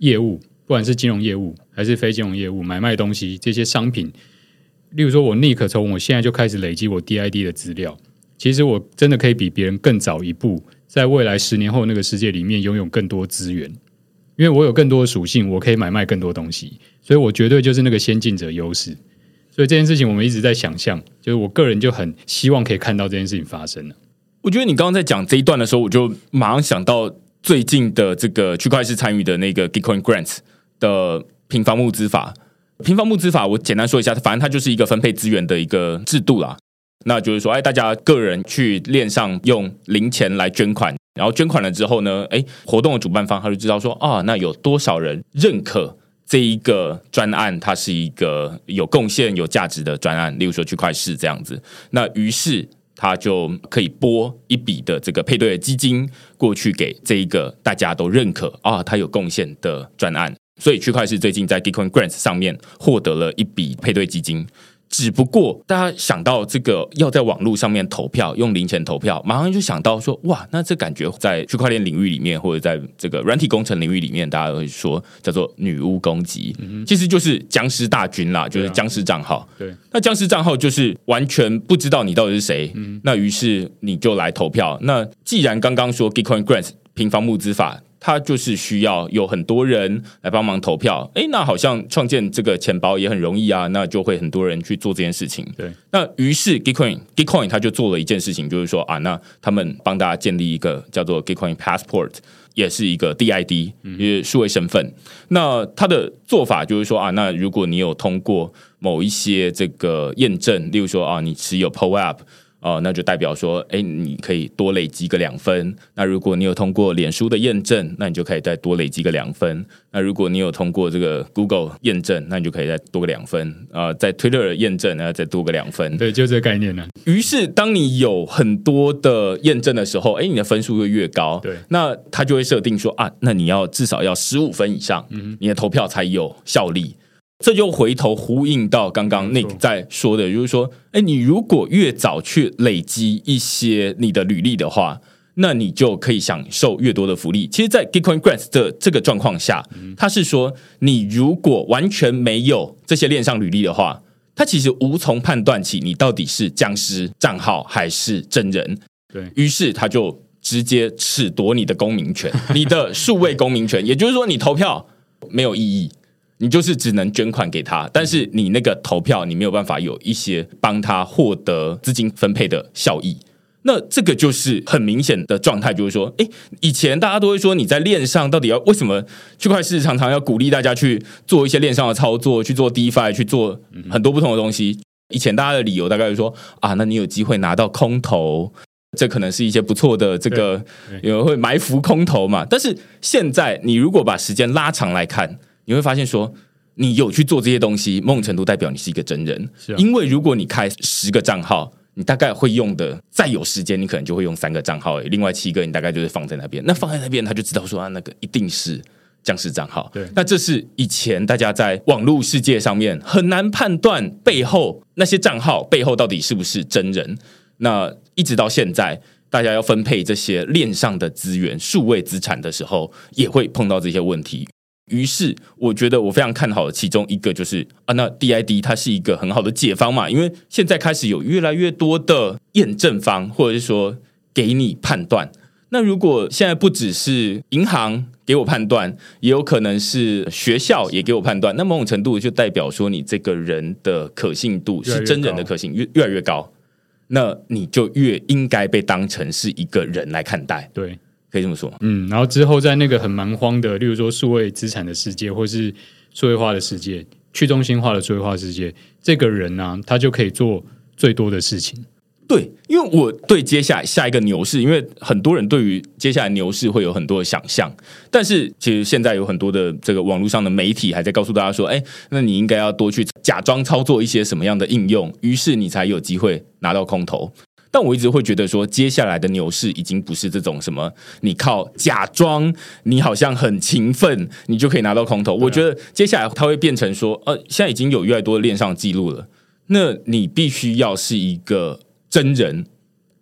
业务，不管是金融业务还是非金融业务，买卖东西这些商品，例如说我 Nick 从我现在就开始累积我 D I D 的资料，其实我真的可以比别人更早一步，在未来十年后那个世界里面拥有更多资源，因为我有更多的属性，我可以买卖更多东西，所以我绝对就是那个先进者优势。所以这件事情我们一直在想象，就是我个人就很希望可以看到这件事情发生了。 我觉得你刚刚在讲这一段的时候，我就马上想到最近的这个区块链参与的那个 Gitcoin Grants 的平方募资法。平方募资法我简单说一下，反正它就是一个分配资源的一个制度啦。那就是说，哎，大家个人去链上用零钱来捐款，然后捐款了之后呢，哎，活动的主办方他就知道说，啊，那有多少人认可这一个专案，它是一个有贡献、有价值的专案，例如说区块市这样子。那于是他就可以拨一笔的这个配对的基金过去给这一个大家都认可啊，他有贡献的专案。所以区块市最近在 Gitcoin Grants 上面获得了一笔配对基金。只不过大家想到这个要在网络上面投票，用零钱投票，马上就想到说，哇，那这感觉在区块链领域里面，或者在这个软体工程领域里面，大家会说叫做女巫攻击，嗯、其实就是僵尸大军啦，就是僵尸账号。 对、啊， 那僵尸账号就是完全不知道你到底是谁，嗯、那于是你就来投票。那既然刚刚说 Gitcoin Grants 平方募资法，它就是需要有很多人来帮忙投票，哎，那好像创建这个钱包也很容易啊，那就会很多人去做这件事情。 对， 那于是 Gitcoin Gitcoin 他就做了一件事情，就是说啊，那他们帮大家建立一个叫做 Gitcoin Passport， 也是一个 D I D， 也是数位身份。那他的做法就是说啊，那如果你有通过某一些这个验证，例如说啊，你持有 P O A P。哦，那就代表说，哎，你可以多累积个两分。那如果你有通过脸书的验证，那你就可以再多累积个两分。那如果你有通过这个 Google 验证，那你就可以再多个两分。呃，在 Twitter 验证，那再多个两分。 对，就这个概念呢。 于是，当你有很多的验证的时候，哎，你的分数会越高。 对， 那他就会设定说啊，那你要至少要十五分以上，嗯、你的投票才有效力。这就回头呼应到刚刚 Nick 在说的，就是说，哎，你如果越早去累积一些你的履历的话，那你就可以享受越多的福利。其实，在 Gitcoin Grants 的这个状况下，它是说，你如果完全没有这些链上履历的话，它其实无从判断起你到底是僵尸账号还是真人。 对， 于是他就直接褫夺你的公民权，你的数位公民权，也就是说，你投票没有意义。你就是只能捐款给他，但是你那个投票你没有办法有一些帮他获得资金分配的效益。那这个就是很明显的状态，就是说，哎，以前大家都会说你在链上到底要为什么区块市常常要鼓励大家去做一些链上的操作，去做 DeFi， 去做很多不同的东西。以前大家的理由大概是说啊，那你有机会拿到空投，这可能是一些不错的这个有人会埋伏空投嘛。但是现在你如果把时间拉长来看，你会发现说，你有去做这些东西，某种程度代表你是一个真人。 是啊， 因为如果你开十个账号，你大概会用的，再有时间，你可能就会用三个账号，另外七个你大概就是放在那边。那放在那边，他就知道说啊，那个一定是僵尸账号。 对， 那这是以前大家在网络世界上面很难判断背后那些账号背后到底是不是真人。那一直到现在，大家要分配这些链上的资源、数位资产的时候，也会碰到这些问题。于是我觉得我非常看好的其中一个就是啊，那 D I D 它是一个很好的解方嘛，因为现在开始有越来越多的验证方，或者是说给你判断。那如果现在不只是银行给我判断，也有可能是学校也给我判断，那某种程度就代表说你这个人的可信度是真人的可信越越来越高，那你就越应该被当成是一个人来看待。 对， 可以这么说。 嗯，然后之后在那个很蛮荒的，例如说数位资产的世界，或是数位化的世界，去中心化的数位化世界，这个人呢、啊，他就可以做最多的事情。 对，因为我对接下来下一个牛市，因为很多人对于接下来牛市会有很多的想象，但是其实现在有很多的这个网络上的媒体还在告诉大家说，哎，那你应该要多去假装操作一些什么样的应用，于是你才有机会拿到空头。但我一直会觉得说，接下来的牛市已经不是这种什么你靠假装你好像很勤奋你就可以拿到空头。我觉得接下来它会变成说，呃，现在已经有越来越多的链上记录了，那你必须要是一个真人，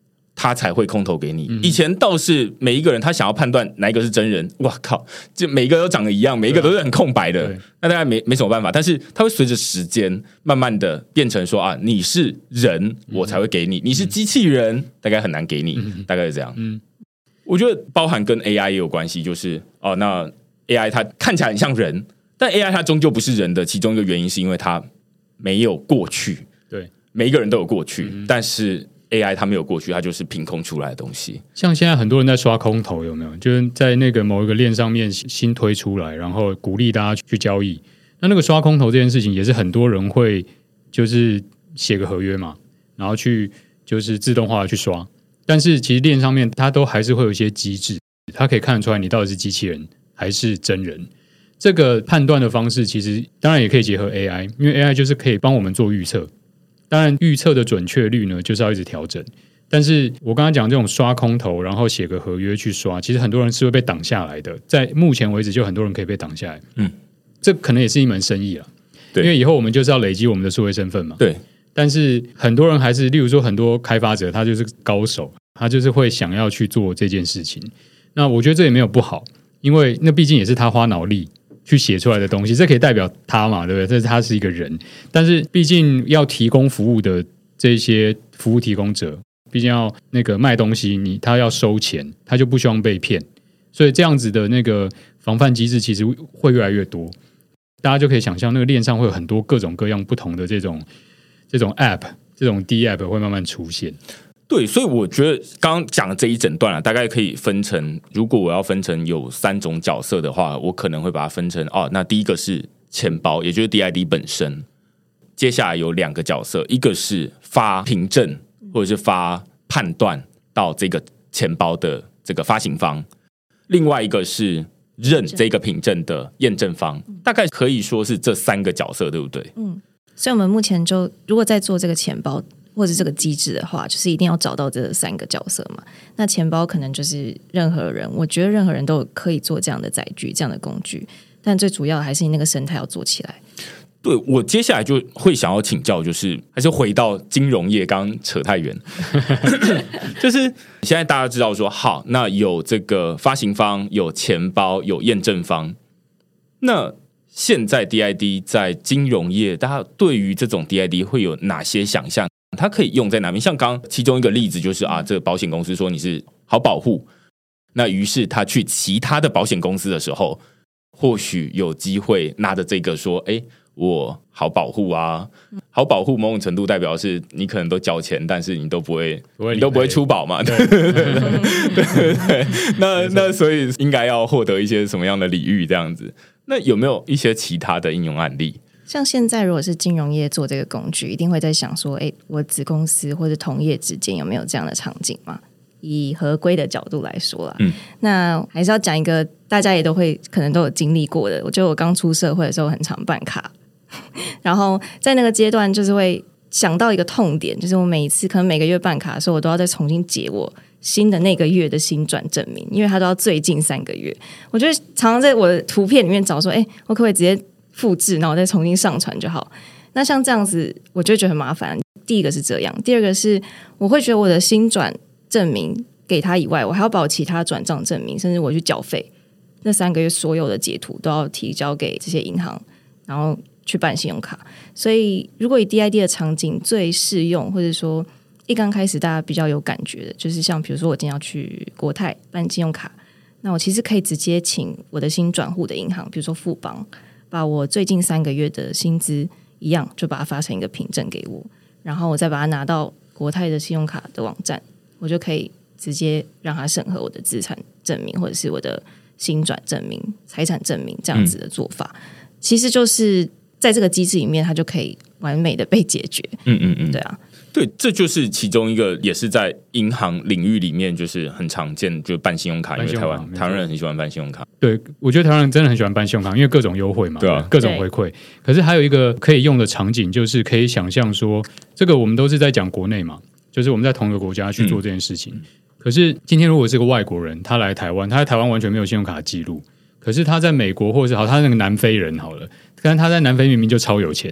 他才会空投给你。嗯、以前倒是每一个人他想要判断哪一个是真人，哇靠，就每一个都长得一样，每一个都是很空白的，那大概没没什么办法。但是他会随着时间慢慢的变成说啊，你是人我才会给你，嗯、你是机器人大概很难给你，嗯、大概是这样。嗯，我觉得包含跟 A I 也有关系，就是哦，那 A I 它看起来很像人，但 A I 它终究不是人的，其中一个原因是因为它没有过去。 对， 每一个人都有过去，嗯、但是 A I 它没有过去，它就是凭空出来的东西。 像现在很多人在刷空头，有没有？就是在那个某一个链上面新推出来，然后鼓励大家去交易。那那个刷空头这件事情，也是很多人会就是写个合约嘛，然后去就是自动化的去刷。但是其实链上面它都还是会有一些机制，它可以看得出来你到底是机器人还是真人。这个判断的方式，其实当然也可以结合 A I， 因为 A I 就是可以帮我们做预测。当然预测的准确率呢就是要一直调整，但是我刚才讲这种刷空头然后写个合约去刷，其实很多人是会被挡下来的，在目前为止就很多人可以被挡下来。嗯，这可能也是一门生意啦，因为以后我们就是要累积我们的数位身份嘛。 对， 但是很多人还是例如说很多开发者他就是高手，他就是会想要去做这件事情。那我觉得这也没有不好，因为那毕竟也是他花脑力去写出来的东西，这可以代表他嘛，对不对？这是他是一个人，但是毕竟要提供服务的这些服务提供者，毕竟要那个卖东西，你他要收钱，他就不希望被骗，所以这样子的那个防范机制其实会越来越多。大家就可以想象，那个链上会有很多各种各样不同的这种这种 App， 这种 D App 会慢慢出现。 对，所以我觉得刚刚讲的这一整段啊，大概可以分成，如果我要分成有三种角色的话，我可能会把它分成哦，那第一个是钱包，也就是 D I D 本身。接下来有两个角色，一个是发凭证或者是发判断到这个钱包的这个发行方，另外一个是认这个凭证的验证方，大概可以说是这三个角色，对不对？ 嗯，所以我们目前就如果在做这个钱包或者这个机制的话，就是一定要找到这三个角色嘛。那钱包可能就是任何人，我觉得任何人都可以做这样的载具、这样的工具，但最主要的还是你那个生态要做起来。 对，我接下来就会想要请教，就是还是回到金融业，刚刚扯太远，就是现在大家知道说，好，那有这个发行方，有钱包，有验证方，那现在 D I D 在金融业，大家对于这种 D I D 会有哪些想象？它可以用在哪边？像刚刚其中一个例子就是啊，这个保险公司说你是好保护，那于是他去其他的保险公司的时候，或许有机会拿着这个说，哎，我好保护啊，好保护某种程度代表是你可能都交钱，但是你都不会，不会你都不会出保嘛，对对对对对。那那所以应该要获得一些什么样的礼遇这样子？那有没有一些其他的应用案例？ 像现在如果是金融业做这个工具，一定会在想说，哎，我子公司或者同业之间有没有这样的场景嘛？以合规的角度来说啦，嗯，那还是要讲一个大家也都会可能都有经历过的。我觉得我刚出社会的时候很常办卡，然后在那个阶段就是会想到一个痛点，就是我每一次可能每个月办卡的时候，我都要再重新解我新的那个月的薪转证明，因为它都要最近三个月。我就常常在我的图片里面找说，哎，我可不可以直接复制，然后我再重新上传就好？那像这样子，我就觉得很麻烦。第一个是这样，第二个是我会觉得我的薪转证明给他以外，我还要把我其他转账证明，甚至我去缴费那三个月所有的截图都要提交给这些银行，然后去办信用卡。所以如果以 D I D 的场景最适用，或者说一刚开始大家比较有感觉的，就是像比如说我今天要去国泰办信用卡，那我其实可以直接请我的新转户的银行，比如说富邦，把我最近三个月的薪资一样就把它发成一个凭证给我，然后我再把它拿到国泰的信用卡的网站，我就可以直接让他审核我的资产证明或者是我的薪转证明、财产证明这样子的做法，嗯、其实就是在这个机制里面，它就可以完美的被解决。嗯嗯嗯，对啊， 对，这就是其中一个，也是在银行领域里面就是很常见，就是办信用卡，因为台湾台湾人很喜欢办信用卡。 对，我觉得台湾人真的很喜欢办信用卡，因为各种优惠嘛， 对啊， 各种回馈。可是还有一个可以用的场景，就是可以想象说，这个我们都是在讲国内嘛，就是我们在同一个国家去做这件事情。嗯、可是今天如果是个外国人，他来台湾，他在台湾完全没有信用卡的记录，可是他在美国或者是好，他那个南非人好了，但是他在南非明明就超有钱，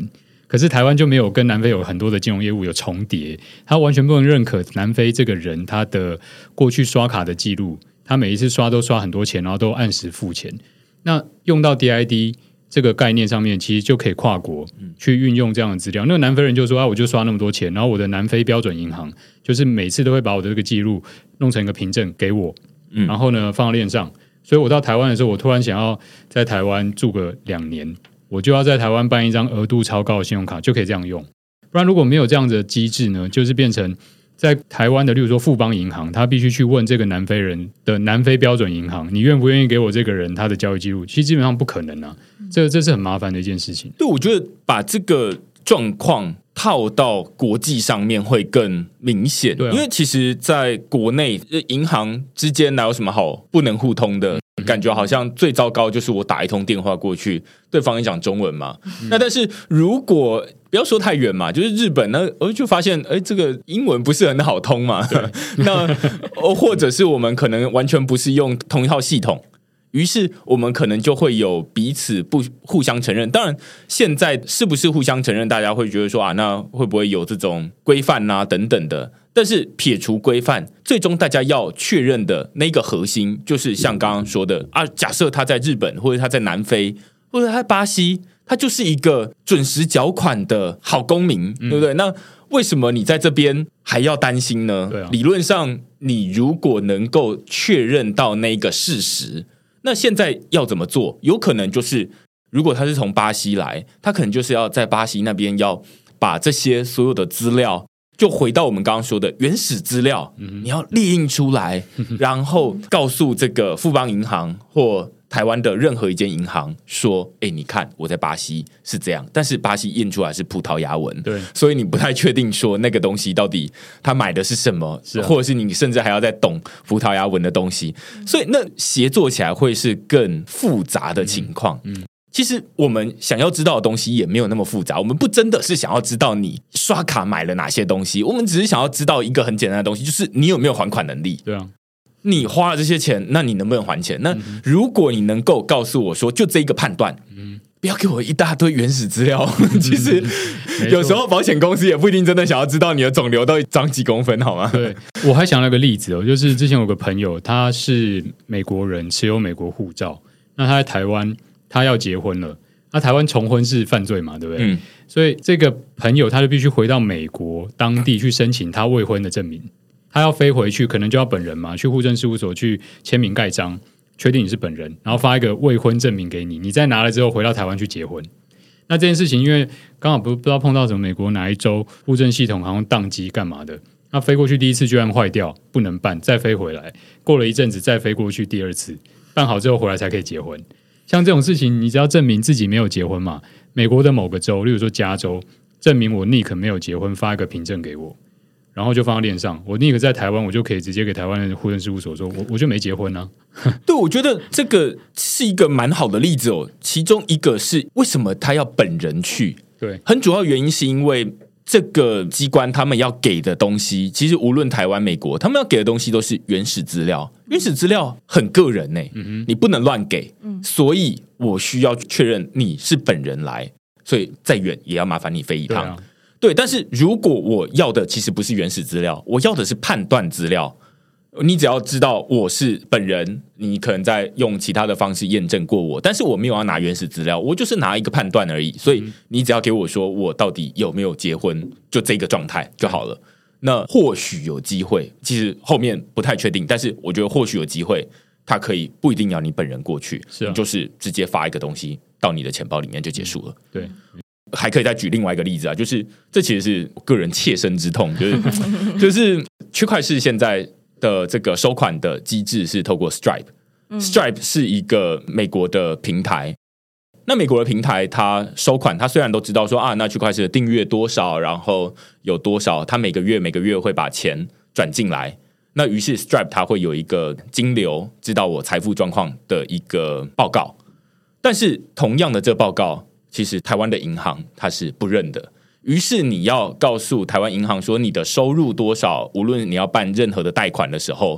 可是台湾就没有跟南非有很多的金融业务有重叠，他完全不能认可南非这个人他的过去刷卡的记录，他每一次刷都刷很多钱，然后都按时付钱。那用到 D I D 这个概念上面，其实就可以跨国去运用这样的资料。那个南非人就说啊，我就刷那么多钱，然后我的南非标准银行就是每次都会把我的这个记录弄成一个凭证给我，然后呢放到链上。所以我到台湾的时候，我突然想要在台湾住个两年。我就要在台湾办一张额度超高的信用卡，就可以这样用。不然如果没有这样的机制呢，就是变成在台湾的例如说富邦银行，他必须去问这个南非人的南非标准银行，你愿不愿意给我这个人他的交易记录，其实基本上不可能啊，这这是很麻烦的一件事情。 对，我觉得把这个状况套到国际上面会更明显， 对啊， 因为其实在国内银行之间哪有什么好不能互通的，感觉好像最糟糕就是我打一通电话过去，对方也讲中文嘛。嗯、那但是如果不要说太远嘛，就是日本，那我就发现，哎，这个英文不是很好通嘛。那或者是我们可能完全不是用同一套系统，于是我们可能就会有彼此不互相承认。当然，现在是不是互相承认，大家会觉得说啊，那会不会有这种规范啊等等的？但是撇除规范，最终大家要确认的那个核心，就是像刚刚说的啊，假设他在日本，或者他在南非，或者他在巴西，他就是一个准时缴款的好公民，嗯、对不对？那为什么你在这边还要担心呢？ 对啊， 理论上，你如果能够确认到那个事实，那现在要怎么做？有可能就是，如果他是从巴西来，他可能就是要在巴西那边要把这些所有的资料。就回到我们刚刚说的原始资料，嗯、你要列印出来，然后告诉这个富邦银行或台湾的任何一间银行说：“哎，你看我在巴西是这样，但是巴西印出来是葡萄牙文， 对， 所以你不太确定说那个东西到底他买的是什么， 是啊、 或者是你甚至还要再懂葡萄牙文的东西，所以那协作起来会是更复杂的情况。嗯”嗯其实我们想要知道的东西也没有那么复杂，我们不真的是想要知道你刷卡买了哪些东西，我们只是想要知道一个很简单的东西，就是你有没有还款能力。 对啊， 你花了这些钱，那你能不能还钱？那如果你能够告诉我说就这一个判断，嗯、不要给我一大堆原始资料。其实有时候保险公司也不一定真的想要知道你的肿瘤到底长几公分，好吗？ 对，我还想了个例子哦，就是之前有个朋友，他是美国人，持有美国护照，那他在台湾。他要结婚了，那、啊、台湾重婚是犯罪嘛，对不对？嗯、所以这个朋友他就必须回到美国当地去申请他未婚的证明。他要飞回去，可能就要本人嘛，去户政事务所去签名盖章，确定你是本人，然后发一个未婚证明给你，你再拿了之后回到台湾去结婚。那这件事情，因为刚好不不知道碰到什么美国哪一州户政系统好像宕机干嘛的，那飞过去第一次居然坏掉，不能办，再飞回来，过了一阵子再飞过去第二次，办好之后回来才可以结婚。像这种事情，你只要证明自己没有结婚嘛，美国的某个州，例如说加州，证明我 Nick 没有结婚，发一个凭证给我，然后就放到链上。我 Nick 在台湾，我就可以直接给台湾的户政事务所说，我我就没结婚啊。 对，我觉得这个是一个蛮好的例子哦。其中一个是为什么他要本人去？ 对， 很主要原因是因为这个机关他们要给的东西，其实无论台湾、美国，他们要给的东西都是原始资料。原始资料很个人呢、欸，嗯、你不能乱给，嗯、所以我需要确认你是本人来，所以再远也要麻烦你飞一趟。对啊，对，但是如果我要的其实不是原始资料，我要的是判断资料。你只要知道我是本人，你可能在用其他的方式验证过我，但是我没有要拿原始资料，我就是拿一个判断而已。所以你只要给我说我到底有没有结婚，就这个状态就好了。嗯、那或许有机会，其实后面不太确定，但是我觉得或许有机会，他可以不一定要你本人过去， 是啊、 你就是直接发一个东西到你的钱包里面就结束了。 对。 还可以再举另外一个例子啊，就是这其实是我个人切身之痛，就是就是区块市现在的这个收款的机制是透过 Stripe，Stripe、嗯、是一个美国的平台。那美国的平台，它收款，它虽然都知道说啊，那区块市的订阅多少，然后有多少，它每个月每个月会把钱转进来。那于是 Stripe 它会有一个金流，知道我财富状况的一个报告。但是同样的这报告，其实台湾的银行它是不认的，于是你要告诉台湾银行说你的收入多少，无论你要办任何的贷款的时候，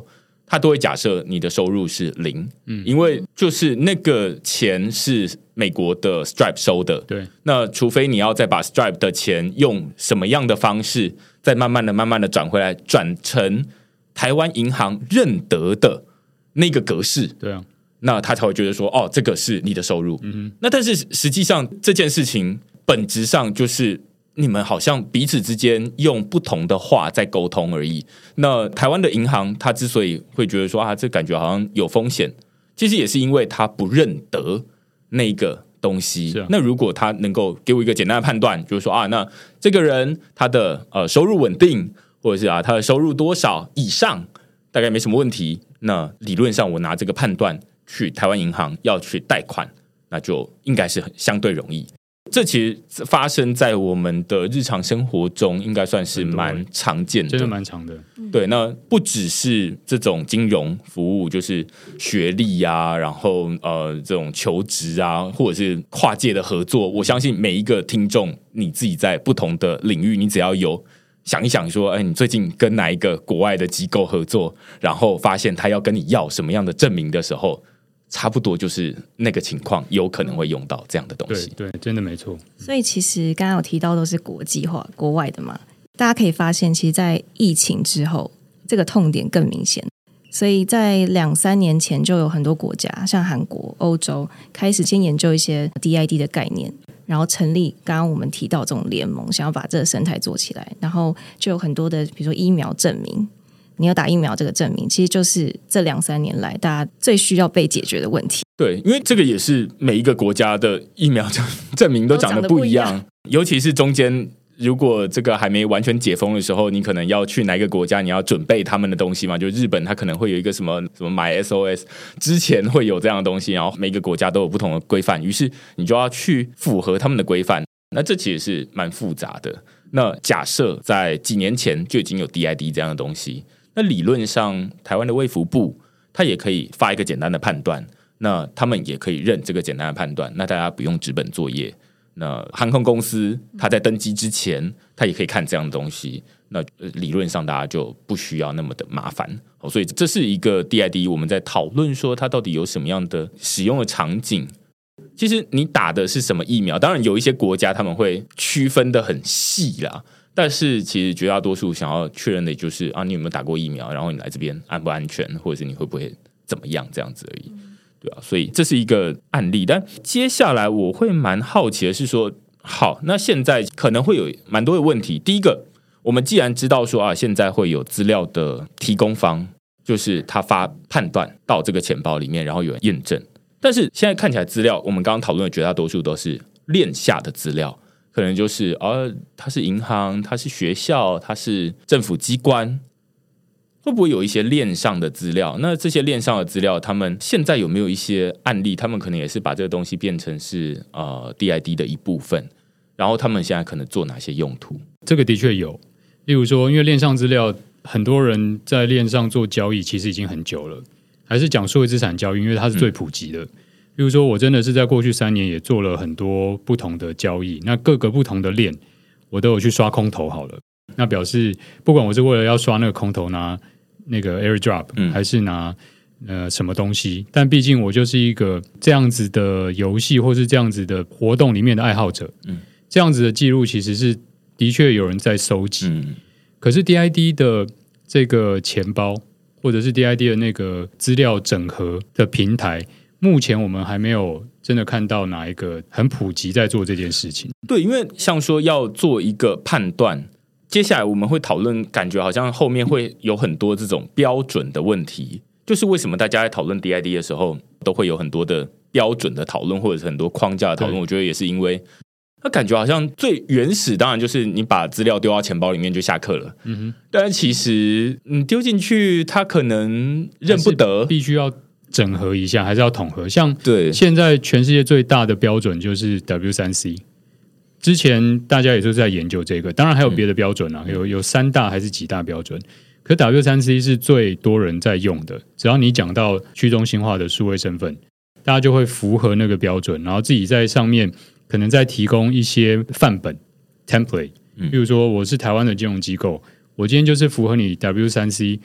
他都会假设你的收入是零，嗯，因为就是那个钱是美国的 Stripe 收的， 对， 那除非你要再把 Stripe 的钱用什么样的方式，再慢慢的、慢慢的转回来，转成台湾银行认得的那个格式， 对啊， 那他才会觉得说，哦，这个是你的收入。嗯哼，那但是实际上这件事情本质上就是你们好像彼此之间用不同的话在沟通而已。那台湾的银行，他之所以会觉得说啊，这感觉好像有风险，其实也是因为他不认得那个东西。 啊、 那如果他能够给我一个简单的判断，就是说啊，那这个人他的呃收入稳定，或者是啊他的收入多少以上，大概没什么问题。那理论上我拿这个判断去台湾银行要去贷款，那就应该是相对容易。这其实发生在我们的日常生活中，应该算是蛮常见的， 真的蛮常的。 对，那不只是这种金融服务，就是学历啊，然后呃这种求职啊，或者是跨界的合作。我相信每一个听众，你自己在不同的领域，你只要有想一想说，哎，你最近跟哪一个国外的机构合作，然后发现他要跟你要什么样的证明的时候，差不多就是那个情况，有可能会用到这样的东西。 对对，真的没错。 所以其实刚刚有提到都是国际化、国外的嘛，大家可以发现，其实，在疫情之后，这个痛点更明显。所以在两三年前，就有很多国家，像韩国、欧洲，开始先研究一些 D I D 的概念，然后成立刚刚我们提到这种联盟，想要把这个生态做起来，然后就有很多的，比如说疫苗证明。你要打疫苗这个证明，其实就是这两三年来大家最需要被解决的问题。 对，因为这个也是每一个国家的疫苗证明都长得不一样， 长得不一样， 尤其是中间如果这个还没完全解封的时候，你可能要去哪一个国家，你要准备他们的东西嘛。就日本，它可能会有一个什么什么买 S O S， 之前会有这样的东西，然后每个国家都有不同的规范，于是你就要去符合他们的规范。那这其实是蛮复杂的。那假设在几年前就已经有 D I D 这样的东西。那理论上，台湾的卫福部它也可以发一个简单的判断，那他们也可以认这个简单的判断，那大家不用纸本作业。那航空公司它在登机之前，它也可以看这样的东西，那理论上大家就不需要那么的麻烦。所以这是一个 D I D， 我们在讨论说它到底有什么样的使用的场景。其实你打的是什么疫苗，当然有一些国家他们会区分的很细啦。但是其实绝大多数想要确认的就是啊，你有没有打过疫苗，然后你来这边安不安全，或者是你会不会怎么样这样子而已，对啊，所以这是一个案例。但接下来我会蛮好奇的是说，好，那现在可能会有蛮多的问题。第一个，我们既然知道说啊，现在会有资料的提供方，就是他发判断到这个钱包里面，然后有人验证。但是现在看起来资料，我们刚刚讨论的绝大多数都是链下的资料。可能就是哦，它是银行，它是学校，它是政府机关，会不会有一些链上的资料？那这些链上的资料，他们现在有没有一些案例？他们可能也是把这个东西变成是呃 D I D 的一部分，然后他们现在可能做哪些用途？ 这个的确有，例如说，因为链上资料，很多人在链上做交易，其实已经很久了，还是讲数位资产交易，因为它是最普及的。嗯，比如说，我真的是在过去三年也做了很多不同的交易，那各个不同的链我都有去刷空头好了。那表示不管我是为了要刷那个空头拿那个 airdrop，嗯，还是拿呃什么东西，但毕竟我就是一个这样子的游戏或是这样子的活动里面的爱好者，嗯，这样子的记录其实是的确有人在收集，嗯，可是 D I D 的这个钱包或者是 D I D 的那个资料整合的平台。目前我们还没有真的看到哪一个很普及在做这件事情。 对，因为像说要做一个判断，接下来我们会讨论，感觉好像后面会有很多这种标准的问题。就是为什么大家在讨论 D I D 的时候，都会有很多的标准的讨论，或者是很多框架的讨论。我觉得也是因为，那感觉好像最原始，当然就是你把资料丢到钱包里面就下课了。嗯哼，但其实你丢进去，它可能认不得， 必须要整合一下，还是要统合。像对现在全世界最大的标准就是 W 三 C， 之前大家也是在研究这个，当然还有别的标准啊，嗯、有有三大还是几大标准。可 W 三 C 是最多人在用的，只要你讲到去中心化的数位身份，大家就会符合那个标准，然后自己在上面可能再提供一些范本 template， 比如说我是台湾的金融机构，我今天就是符合你 W 三 C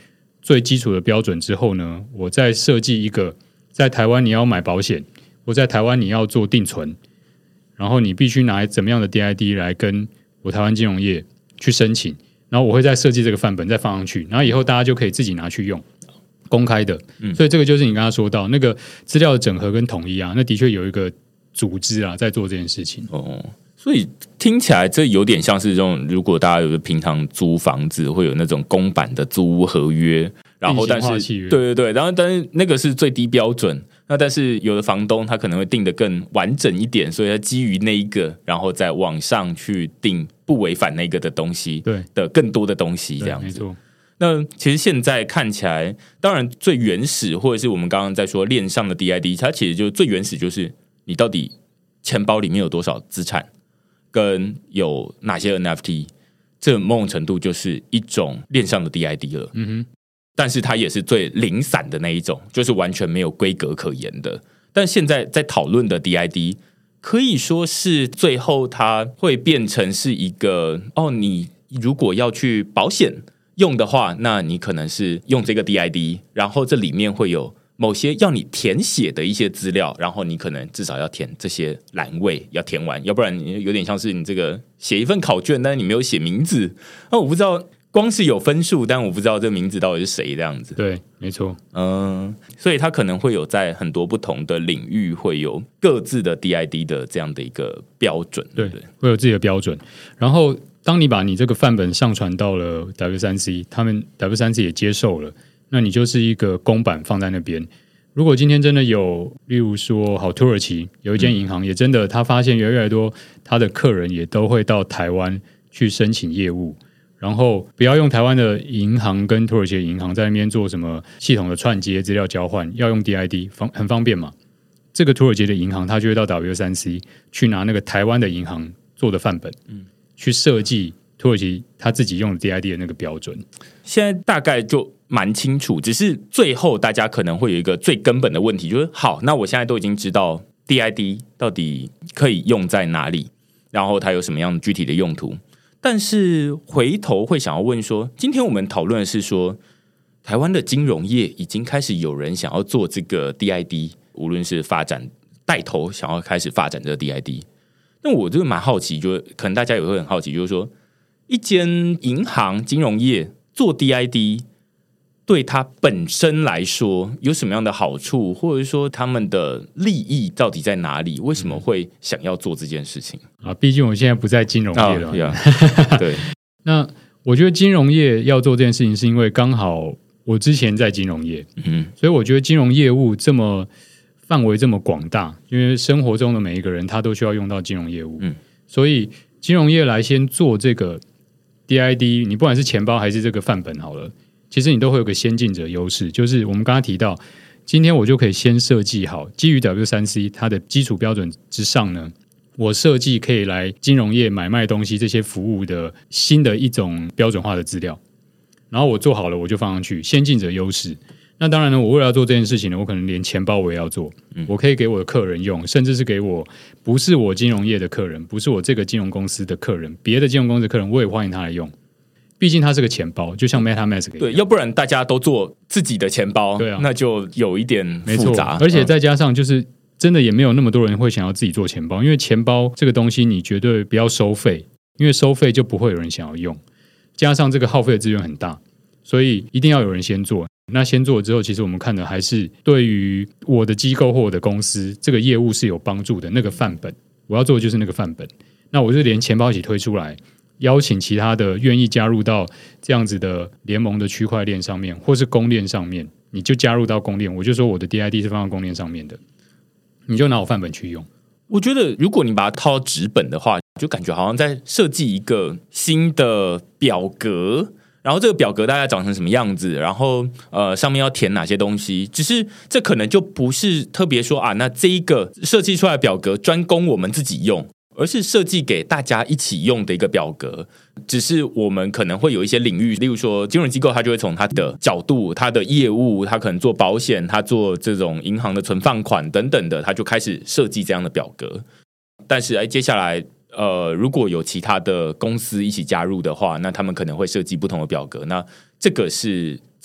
最基础的标准之后呢，我再设计一个在台湾你要买保险，或在台湾你要做定存，然后你必须拿怎么样的 D I D 来跟我台湾金融业去申请，然后我会再设计这个范本再放上去，然后以后大家就可以自己拿去用，公开的。嗯、所以这个就是你刚刚说到那个资料的整合跟统一啊，那的确有一个组织啊在做这件事情。 哦，所以听起来这有点像是这种，如果大家有平常租房子会有那种公版的租屋合约，然后但是对对对，然后但是那个是最低标准，那但是有的房东他可能会定得更完整一点，所以他基于那一个，然后再往上去定不违反那个的东西，对的更多的东西这样子。没错。那其实现在看起来，当然最原始或者是我们刚刚在说链上的 D I D， 它其实就最原始就是你到底钱包里面有多少资产，跟有哪些 N F T， 这某种程度就是一种链上的 D I D 了。嗯哼。但是它也是最零散的那一种，就是完全没有规格可言的。但现在在讨论的 D I D 可以说是最后它会变成是一个哦，你如果要去保险用的话，那你可能是用这个 D I D， 然后这里面会有某些要你填写的一些资料，然后你可能至少要填这些栏位要填完，要不然你有点像是你这个写一份考卷，但是你没有写名字，那我不知道。光是有分数，但我不知道这名字到底是谁这样子。 对，没错。 嗯，所以它可能会有在很多不同的领域会有各自的 D I D 的这样的一个标准，对，对， 会有自己的标准。然后，当你把你这个范本上传到了 W 三 C， 他们 W 三 C 也接受了，那你就是一个公版放在那边。如果今天真的有，例如说，好，土耳其有一间银行，也真的他发现越来越多他的客人也都会到台湾去申请业务。然后不要用台湾的银行跟土耳其的银行在那边做什么系统的串接、资料交换，要用 D I D 方很方便嘛。这个土耳其的银行，它就会到 W 三 C 去拿那个台湾的银行做的范本，嗯，去设计土耳其他自己用的 D I D 的那个标准。 现在大概就蛮清楚，只是最后大家可能会有一个最根本的问题，就是好，那我现在都已经知道 D I D 到底可以用在哪里，然后它有什么样具体的用途。但是回头会想要问说，今天我们讨论的是说，台湾的金融业已经开始有人想要做这个 D I D， 无论是发展带头想要开始发展这个 D I D。那我就蛮好奇，就可能大家也会很好奇，就是说，一间银行金融业做 D I D， 对它本身来说有什么样的好处，或者说他们的利益到底在哪里？为什么会想要做这件事情啊？毕竟我现在不在金融业了。 Oh, yeah. 对， 那我觉得金融业要做这件事情，是因为刚好我之前在金融业，嗯，所以我觉得金融业务这么范围这么广大，因为生活中的每一个人他都需要用到金融业务，嗯，所以金融业来先做这个 D I D， 你不管是钱包还是这个范本好了。其实你都会有个先进者优势，就是我们刚刚提到，今天我就可以先设计好，基于 W 三 C 它的基础标准之上呢，我设计可以来金融业买卖东西这些服务的新的一种标准化的资料，然后我做好了我就放上去，先进者优势。那当然呢，我为了要做这件事情呢，我可能连钱包我也要做，嗯、我可以给我的客人用，甚至是给我不是我金融业的客人，不是我这个金融公司的客人，别的金融公司的客人，我也欢迎他来用。毕竟它是个钱包，就像 MetaMask 一样， 对，要不然大家都做自己的钱包，对啊，那就有一点复杂。 而且再加上就是真的也没有那么多人会想要自己做钱包，因为钱包这个东西你绝对不要收费，因为收费就不会有人想要用。加上这个耗费的资源很大，所以一定要有人先做。那先做之后，其实我们看的还是对于我的机构或我的公司这个业务是有帮助的那个范本。我要做的就是那个范本，那我就连钱包一起推出来。邀请其他的愿意加入到这样子的联盟的区块链上面，或是公链上面，你就加入到公链。我就说我的 D I D 是放在公链上面的，你就拿我范本去用。 我觉得如果你把它套到纸本的话，就感觉好像在设计一个新的表格，然后这个表格大概长成什么样子，然后呃上面要填哪些东西，只是这可能就不是特别说啊，那这一个设计出来的表格专供我们自己用。而是设计给大家一起用的一个表格，只是我们可能会有一些领域，例如说金融机构，它就会从它的角度、它的业务，它可能做保险，它做这种银行的存放款等等的，它就开始设计这样的表格。但是哎，接下来呃，如果有其他的公司一起加入的话，那他们可能会设计不同的表格。那这个是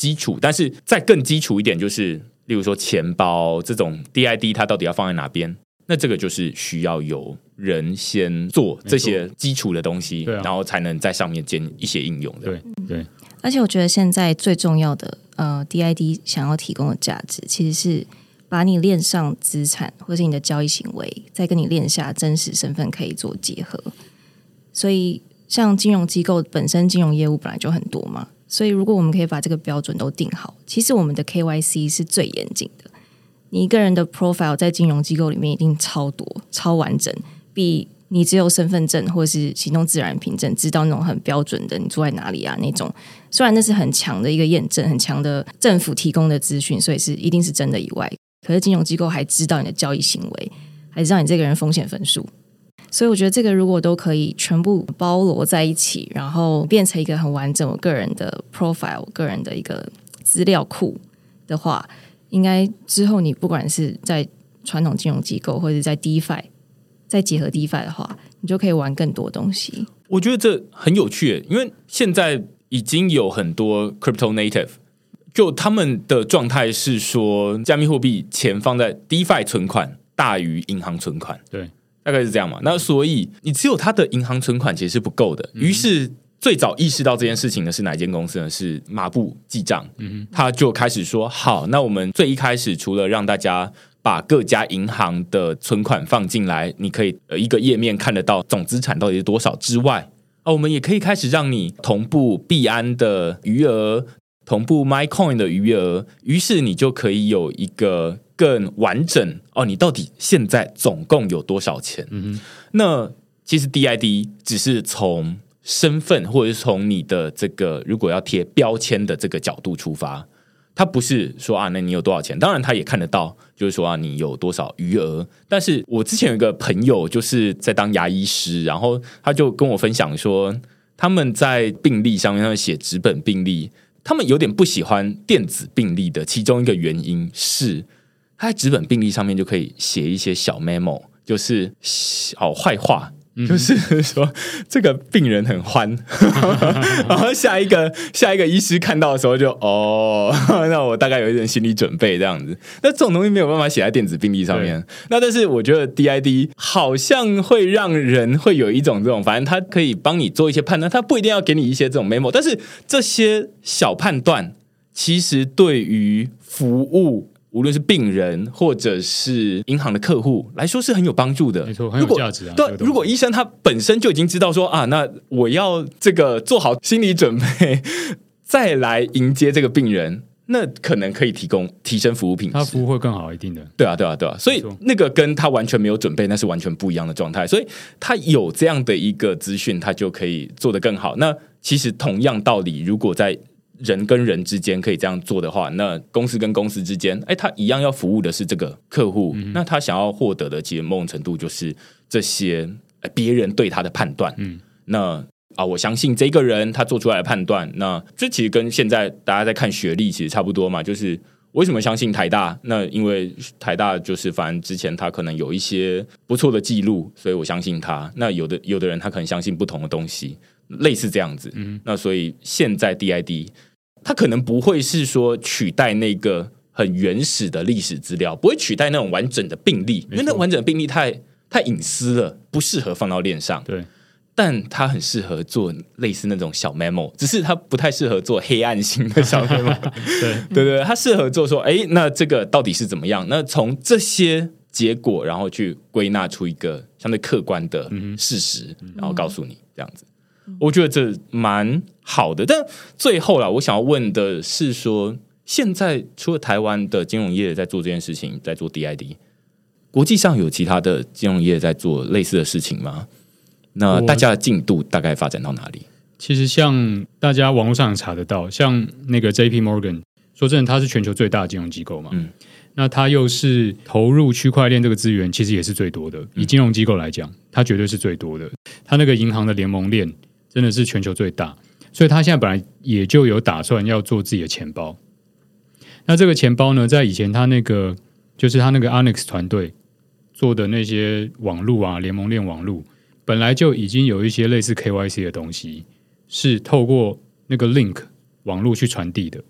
基础，但是再更基础一点，就是例如说钱包这种 D I D 它到底要放在哪边，那这个就是需要有人先做这些基础的东西、啊、然后才能在上面建一些应用的。 对对， 而且我觉得现在最重要的呃 D I D 想要提供的价值，其实是把你链上资产或是你的交易行为，再跟你链下真实身份可以做结合。所以像金融机构本身金融业务本来就很多嘛，所以如果我们可以把这个标准都定好，其实我们的 K Y C 是最严谨的。你一个人的 profile 在金融机构里面一定超多超完整，比你只有身份证或是行动自然凭证知道那种很标准的你住在哪里啊那种，虽然那是很强的一个验证，很强的政府提供的资讯，所以是一定是真的以外，可是金融机构还知道你的交易行为，还知道你这个人风险分数。所以我觉得这个如果都可以全部包罗在一起，然后变成一个很完整我个人的 profile， 我个人的一个资料库的话，应该之后你不管是在传统金融机构或者在 DeFi 再结合 DeFi 的话，你就可以玩更多东西。 我觉得这很有趣，因为现在已经有很多 crypto native， 就他们的状态是说加密货币钱放在 DeFi 存款大于银行存款， 对， 大概是这样嘛。那所以你只有他的银行存款其实是不够的，于是最早意识到这件事情的是哪间公司呢？是马布记账、嗯、他就开始说好，那我们最一开始除了让大家把各家银行的存款放进来，你可以一个页面看得到总资产到底是多少之外、啊、我们也可以开始让你同步币安的余额，同步 MyCoin 的余额，于是你就可以有一个更完整哦，你到底现在总共有多少钱、嗯、那其实 D I D 只是从身份或者是从你的这个如果要贴标签的这个角度出发，他不是说啊，那你有多少钱？当然他也看得到，就是说啊，你有多少余额。但是我之前有一个朋友就是在当牙医师，然后他就跟我分享说，他们在病历上面他们写纸本病历，他们有点不喜欢电子病历的其中一个原因是，他在纸本病历上面就可以写一些小 memo， 就是好坏话。就是说这个病人很欢然后下一个下一个医师看到的时候就哦那我大概有一点心理准备这样子。那这种东西没有办法写在电子病历上面，那但是我觉得 D I D 好像会让人会有一种这种，反正他可以帮你做一些判断，他不一定要给你一些这种 memo， 但是这些小判断其实对于服务无论是病人或者是银行的客户来说是很有帮助的， 没错，很有价值啊。 对，如果医生他本身就已经知道说啊，那我要这个做好心理准备，再来迎接这个病人，那可能可以提供提升服务品质， 他服务会更好一定的。 对啊，对啊，对啊，所以那个跟他完全没有准备，那是完全不一样的状态。所以他有这样的一个资讯，他就可以做得更好。那其实同样道理，如果在人跟人之间可以这样做的话，那公司跟公司之间，哎，他一样要服务的是这个客户、嗯、那他想要获得的其实某种程度就是这些别人对他的判断、嗯、那啊，我相信这个人他做出来的判断，那这其实跟现在大家在看学历其实差不多嘛，就是为什么相信台大？那因为台大就是反正之前他可能有一些不错的记录，所以我相信他。那有的有的人他可能相信不同的东西，类似这样子、嗯、那所以现在 D I D它可能不会是说取代那个很原始的历史资料，不会取代那种完整的病历，因为那完整的病历太太隐私了，不适合放到链上。 对， 但它很适合做类似那种小 memo， 只是它不太适合做黑暗型的小 memo 对对对，它适合做说，哎，那这个到底是怎么样？那从这些结果，然后去归纳出一个相对客观的事实，嗯、然后告诉你这样子。我觉得这蛮好的，但最后啦，我想要问的是说，现在除了台湾的金融业在做这件事情，在做 D I D， 国际上有其他的金融业在做类似的事情吗？那大家的进度大概发展到哪里？ 其实像大家网络上查得到，像那个 J P Morgan， 说真的，它是全球最大的金融机构嘛，嗯，那它又是投入区块链这个资源，其实也是最多的。以金融机构来讲，它绝对是最多的。它那个银行的联盟链真的是全球最大，所以他现在本来也就有打算要做自己的钱包。那这个钱包呢，在以前他那个就是他那个 Onyx 团队做的那些网路啊，联盟链网路，本来就已经有一些类似 K Y C 的东西，是透过那个 link 网路去传递的。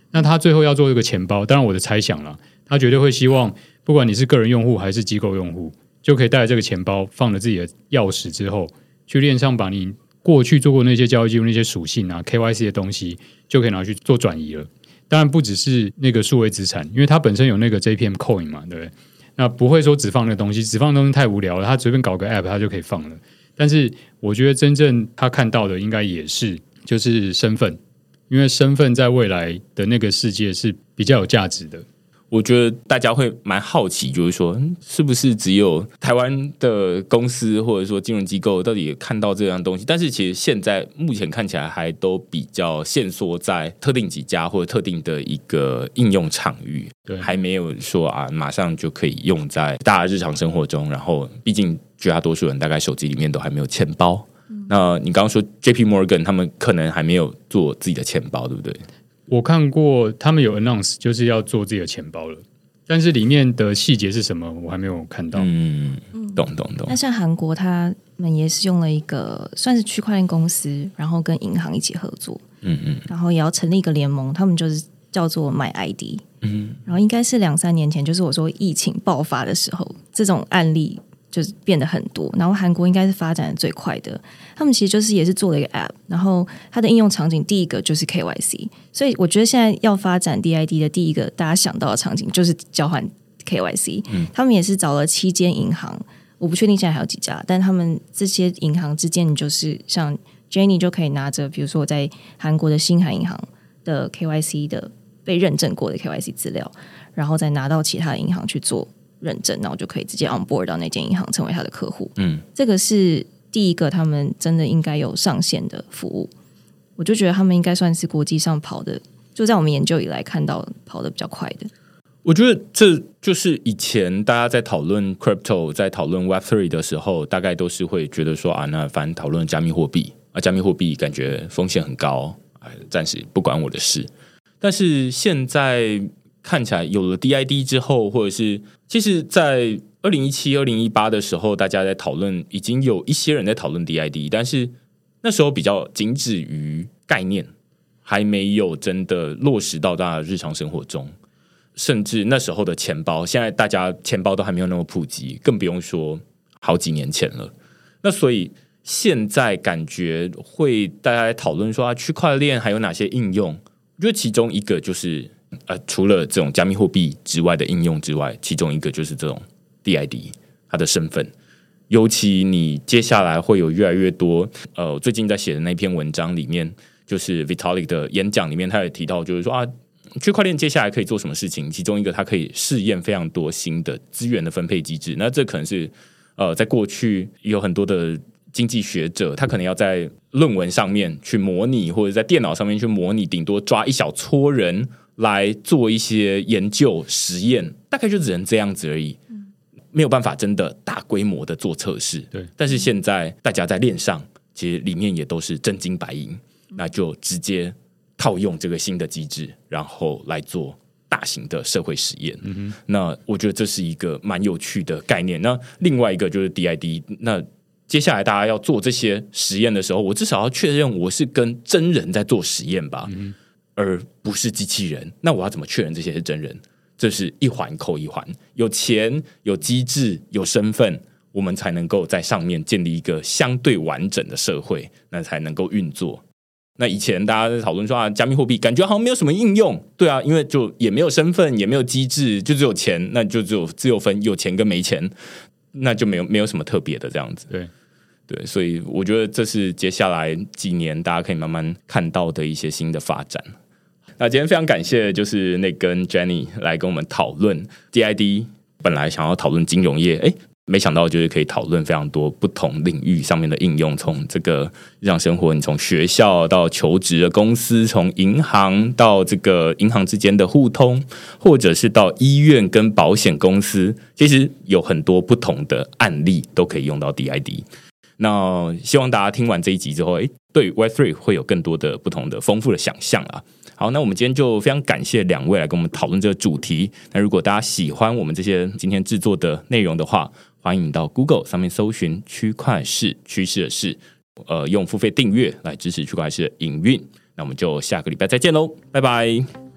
那他最后要做这个钱包，当然我的猜想啦，他绝对会希望不管你是个人用户还是机构用户，就可以带着这个钱包放了自己的钥匙之后，去链上把你过去做过那些交易记录那些属性啊 K Y C 的东西就可以拿去做转移了。当然不只是那个数位资产，因为它本身有那个 J P M Coin 嘛，对不对？那不会说只放那个东西，只放的东西太无聊了，他随便搞个 App 他就可以放了。但是我觉得真正他看到的应该也是就是身份，因为身份在未来的那个世界是比较有价值的。 我觉得大家会蛮好奇，就是说，是不是只有台湾的公司或者说金融机构到底看到这样东西？但是其实现在目前看起来还都比较限缩在特定几家或者特定的一个应用场域， 对，还没有说啊马上就可以用在大家日常生活中。然后，毕竟绝大多数人大概手机里面都还没有钱包。嗯、那你刚刚说 J P Morgan 他们可能还没有做自己的钱包，对不对？ 我看过他们有 announce 就是要做自己的钱包了，但是里面的细节是什么我还没有看到。 嗯，懂懂懂。 那像韩国他们也是用了一个算是区块链公司，然后跟银行一起合作，嗯嗯，然后也要成立一个联盟，他们就是叫做 My I D， 嗯，然后应该是两三年前，就是我说疫情爆发的时候，这种案例就是变得很多，然后韩国应该是发展的最快的，他们其实就是也是做了一个 app， 然后它的应用场景第一个就是 K Y C， 所以我觉得现在要发展 D I D 的第一个大家想到的场景就是交换 K Y C，嗯、他们也是找了七间银行，我不确定现在还有几家，但他们这些银行之间，你就是像 Jenny 就可以拿着，比如说我在韩国的新韩银行的 K Y C 的被认证过的 K Y C 资料，然后再拿到其他的银行去做认证，然后就可以直接 on board 到那间银行成为他的客户。嗯，这个是第一个他们真的应该有上线的服务，我就觉得他们应该算是国际上跑的，就在我们研究以来看到跑的比较快的。 我觉得这就是以前大家在讨论 crypto 在讨论 Web 三 的时候，大概都是会觉得说啊，那反正讨论加密货币啊，加密货币感觉风险很高，暂时不关我的事。但是现在看起来有了 D I D 之后，或者是其实在二零一七、二零一八的时候，大家在讨论，已经有一些人在讨论 D I D， 但是那时候比较仅止于概念，还没有真的落实到大家的日常生活中。甚至那时候的钱包，现在大家钱包都还没有那么普及，更不用说好几年前了。那所以现在感觉会大家在讨论说啊，区块链还有哪些应用？我觉得其中一个就是呃，除了这种加密货币之外的应用之外，其中一个就是这种 D I D 它的身份。尤其你接下来会有越来越多呃，我最近在写的那篇文章里面，就是 Vitalik 的演讲里面，他也提到，就是说啊，区块链接下来可以做什么事情？其中一个，它可以试验非常多新的资源的分配机制。那这可能是呃，在过去有很多的经济学者，他可能要在论文上面去模拟，或者在电脑上面去模拟，顶多抓一小撮人来做一些研究实验，大概就只能这样子而已，没有办法真的大规模的做测试。 对， 但是现在大家在链上，其实里面也都是真金白银，那就直接套用这个新的机制，然后来做大型的社会实验。嗯、那我觉得这是一个蛮有趣的概念。那另外一个就是 D I D， 那接下来大家要做这些实验的时候，我至少要确认我是跟真人在做实验吧，嗯、而不是机器人。那我要怎么确认这些是真人？这是一环扣一环，有钱、有机制、有身份，我们才能够在上面建立一个相对完整的社会，那才能够运作。那以前大家在讨论说啊，加密货币感觉好像没有什么应用，对啊，因为就也没有身份，也没有机制，就只有钱，那就只有只有分有钱跟没钱，那就没有没有什么特别的这样子。 对对，所以我觉得这是接下来几年大家可以慢慢看到的一些新的发展。那今天非常感谢，就是那跟 Jenny 来跟我们讨论 D I D。本来想要讨论金融业，哎。没想到就是可以讨论非常多不同领域上面的应用，从这个日常生活，你从学校到求职的公司，从银行到这个银行之间的互通，或者是到医院跟保险公司，其实有很多不同的案例都可以用到 D I D。那希望大家听完这一集之后，诶，对 Web 三 会有更多的不同的丰富的想象啦。好，那我们今天就非常感谢两位来跟我们讨论这个主题。那如果大家喜欢我们这些今天制作的内容的话，欢迎到 Google 上面搜寻区块市趋势的事，呃，用付费订阅来支持区块市的营运。那我们就下个礼拜再见喽，拜拜。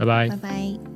拜拜， 拜拜。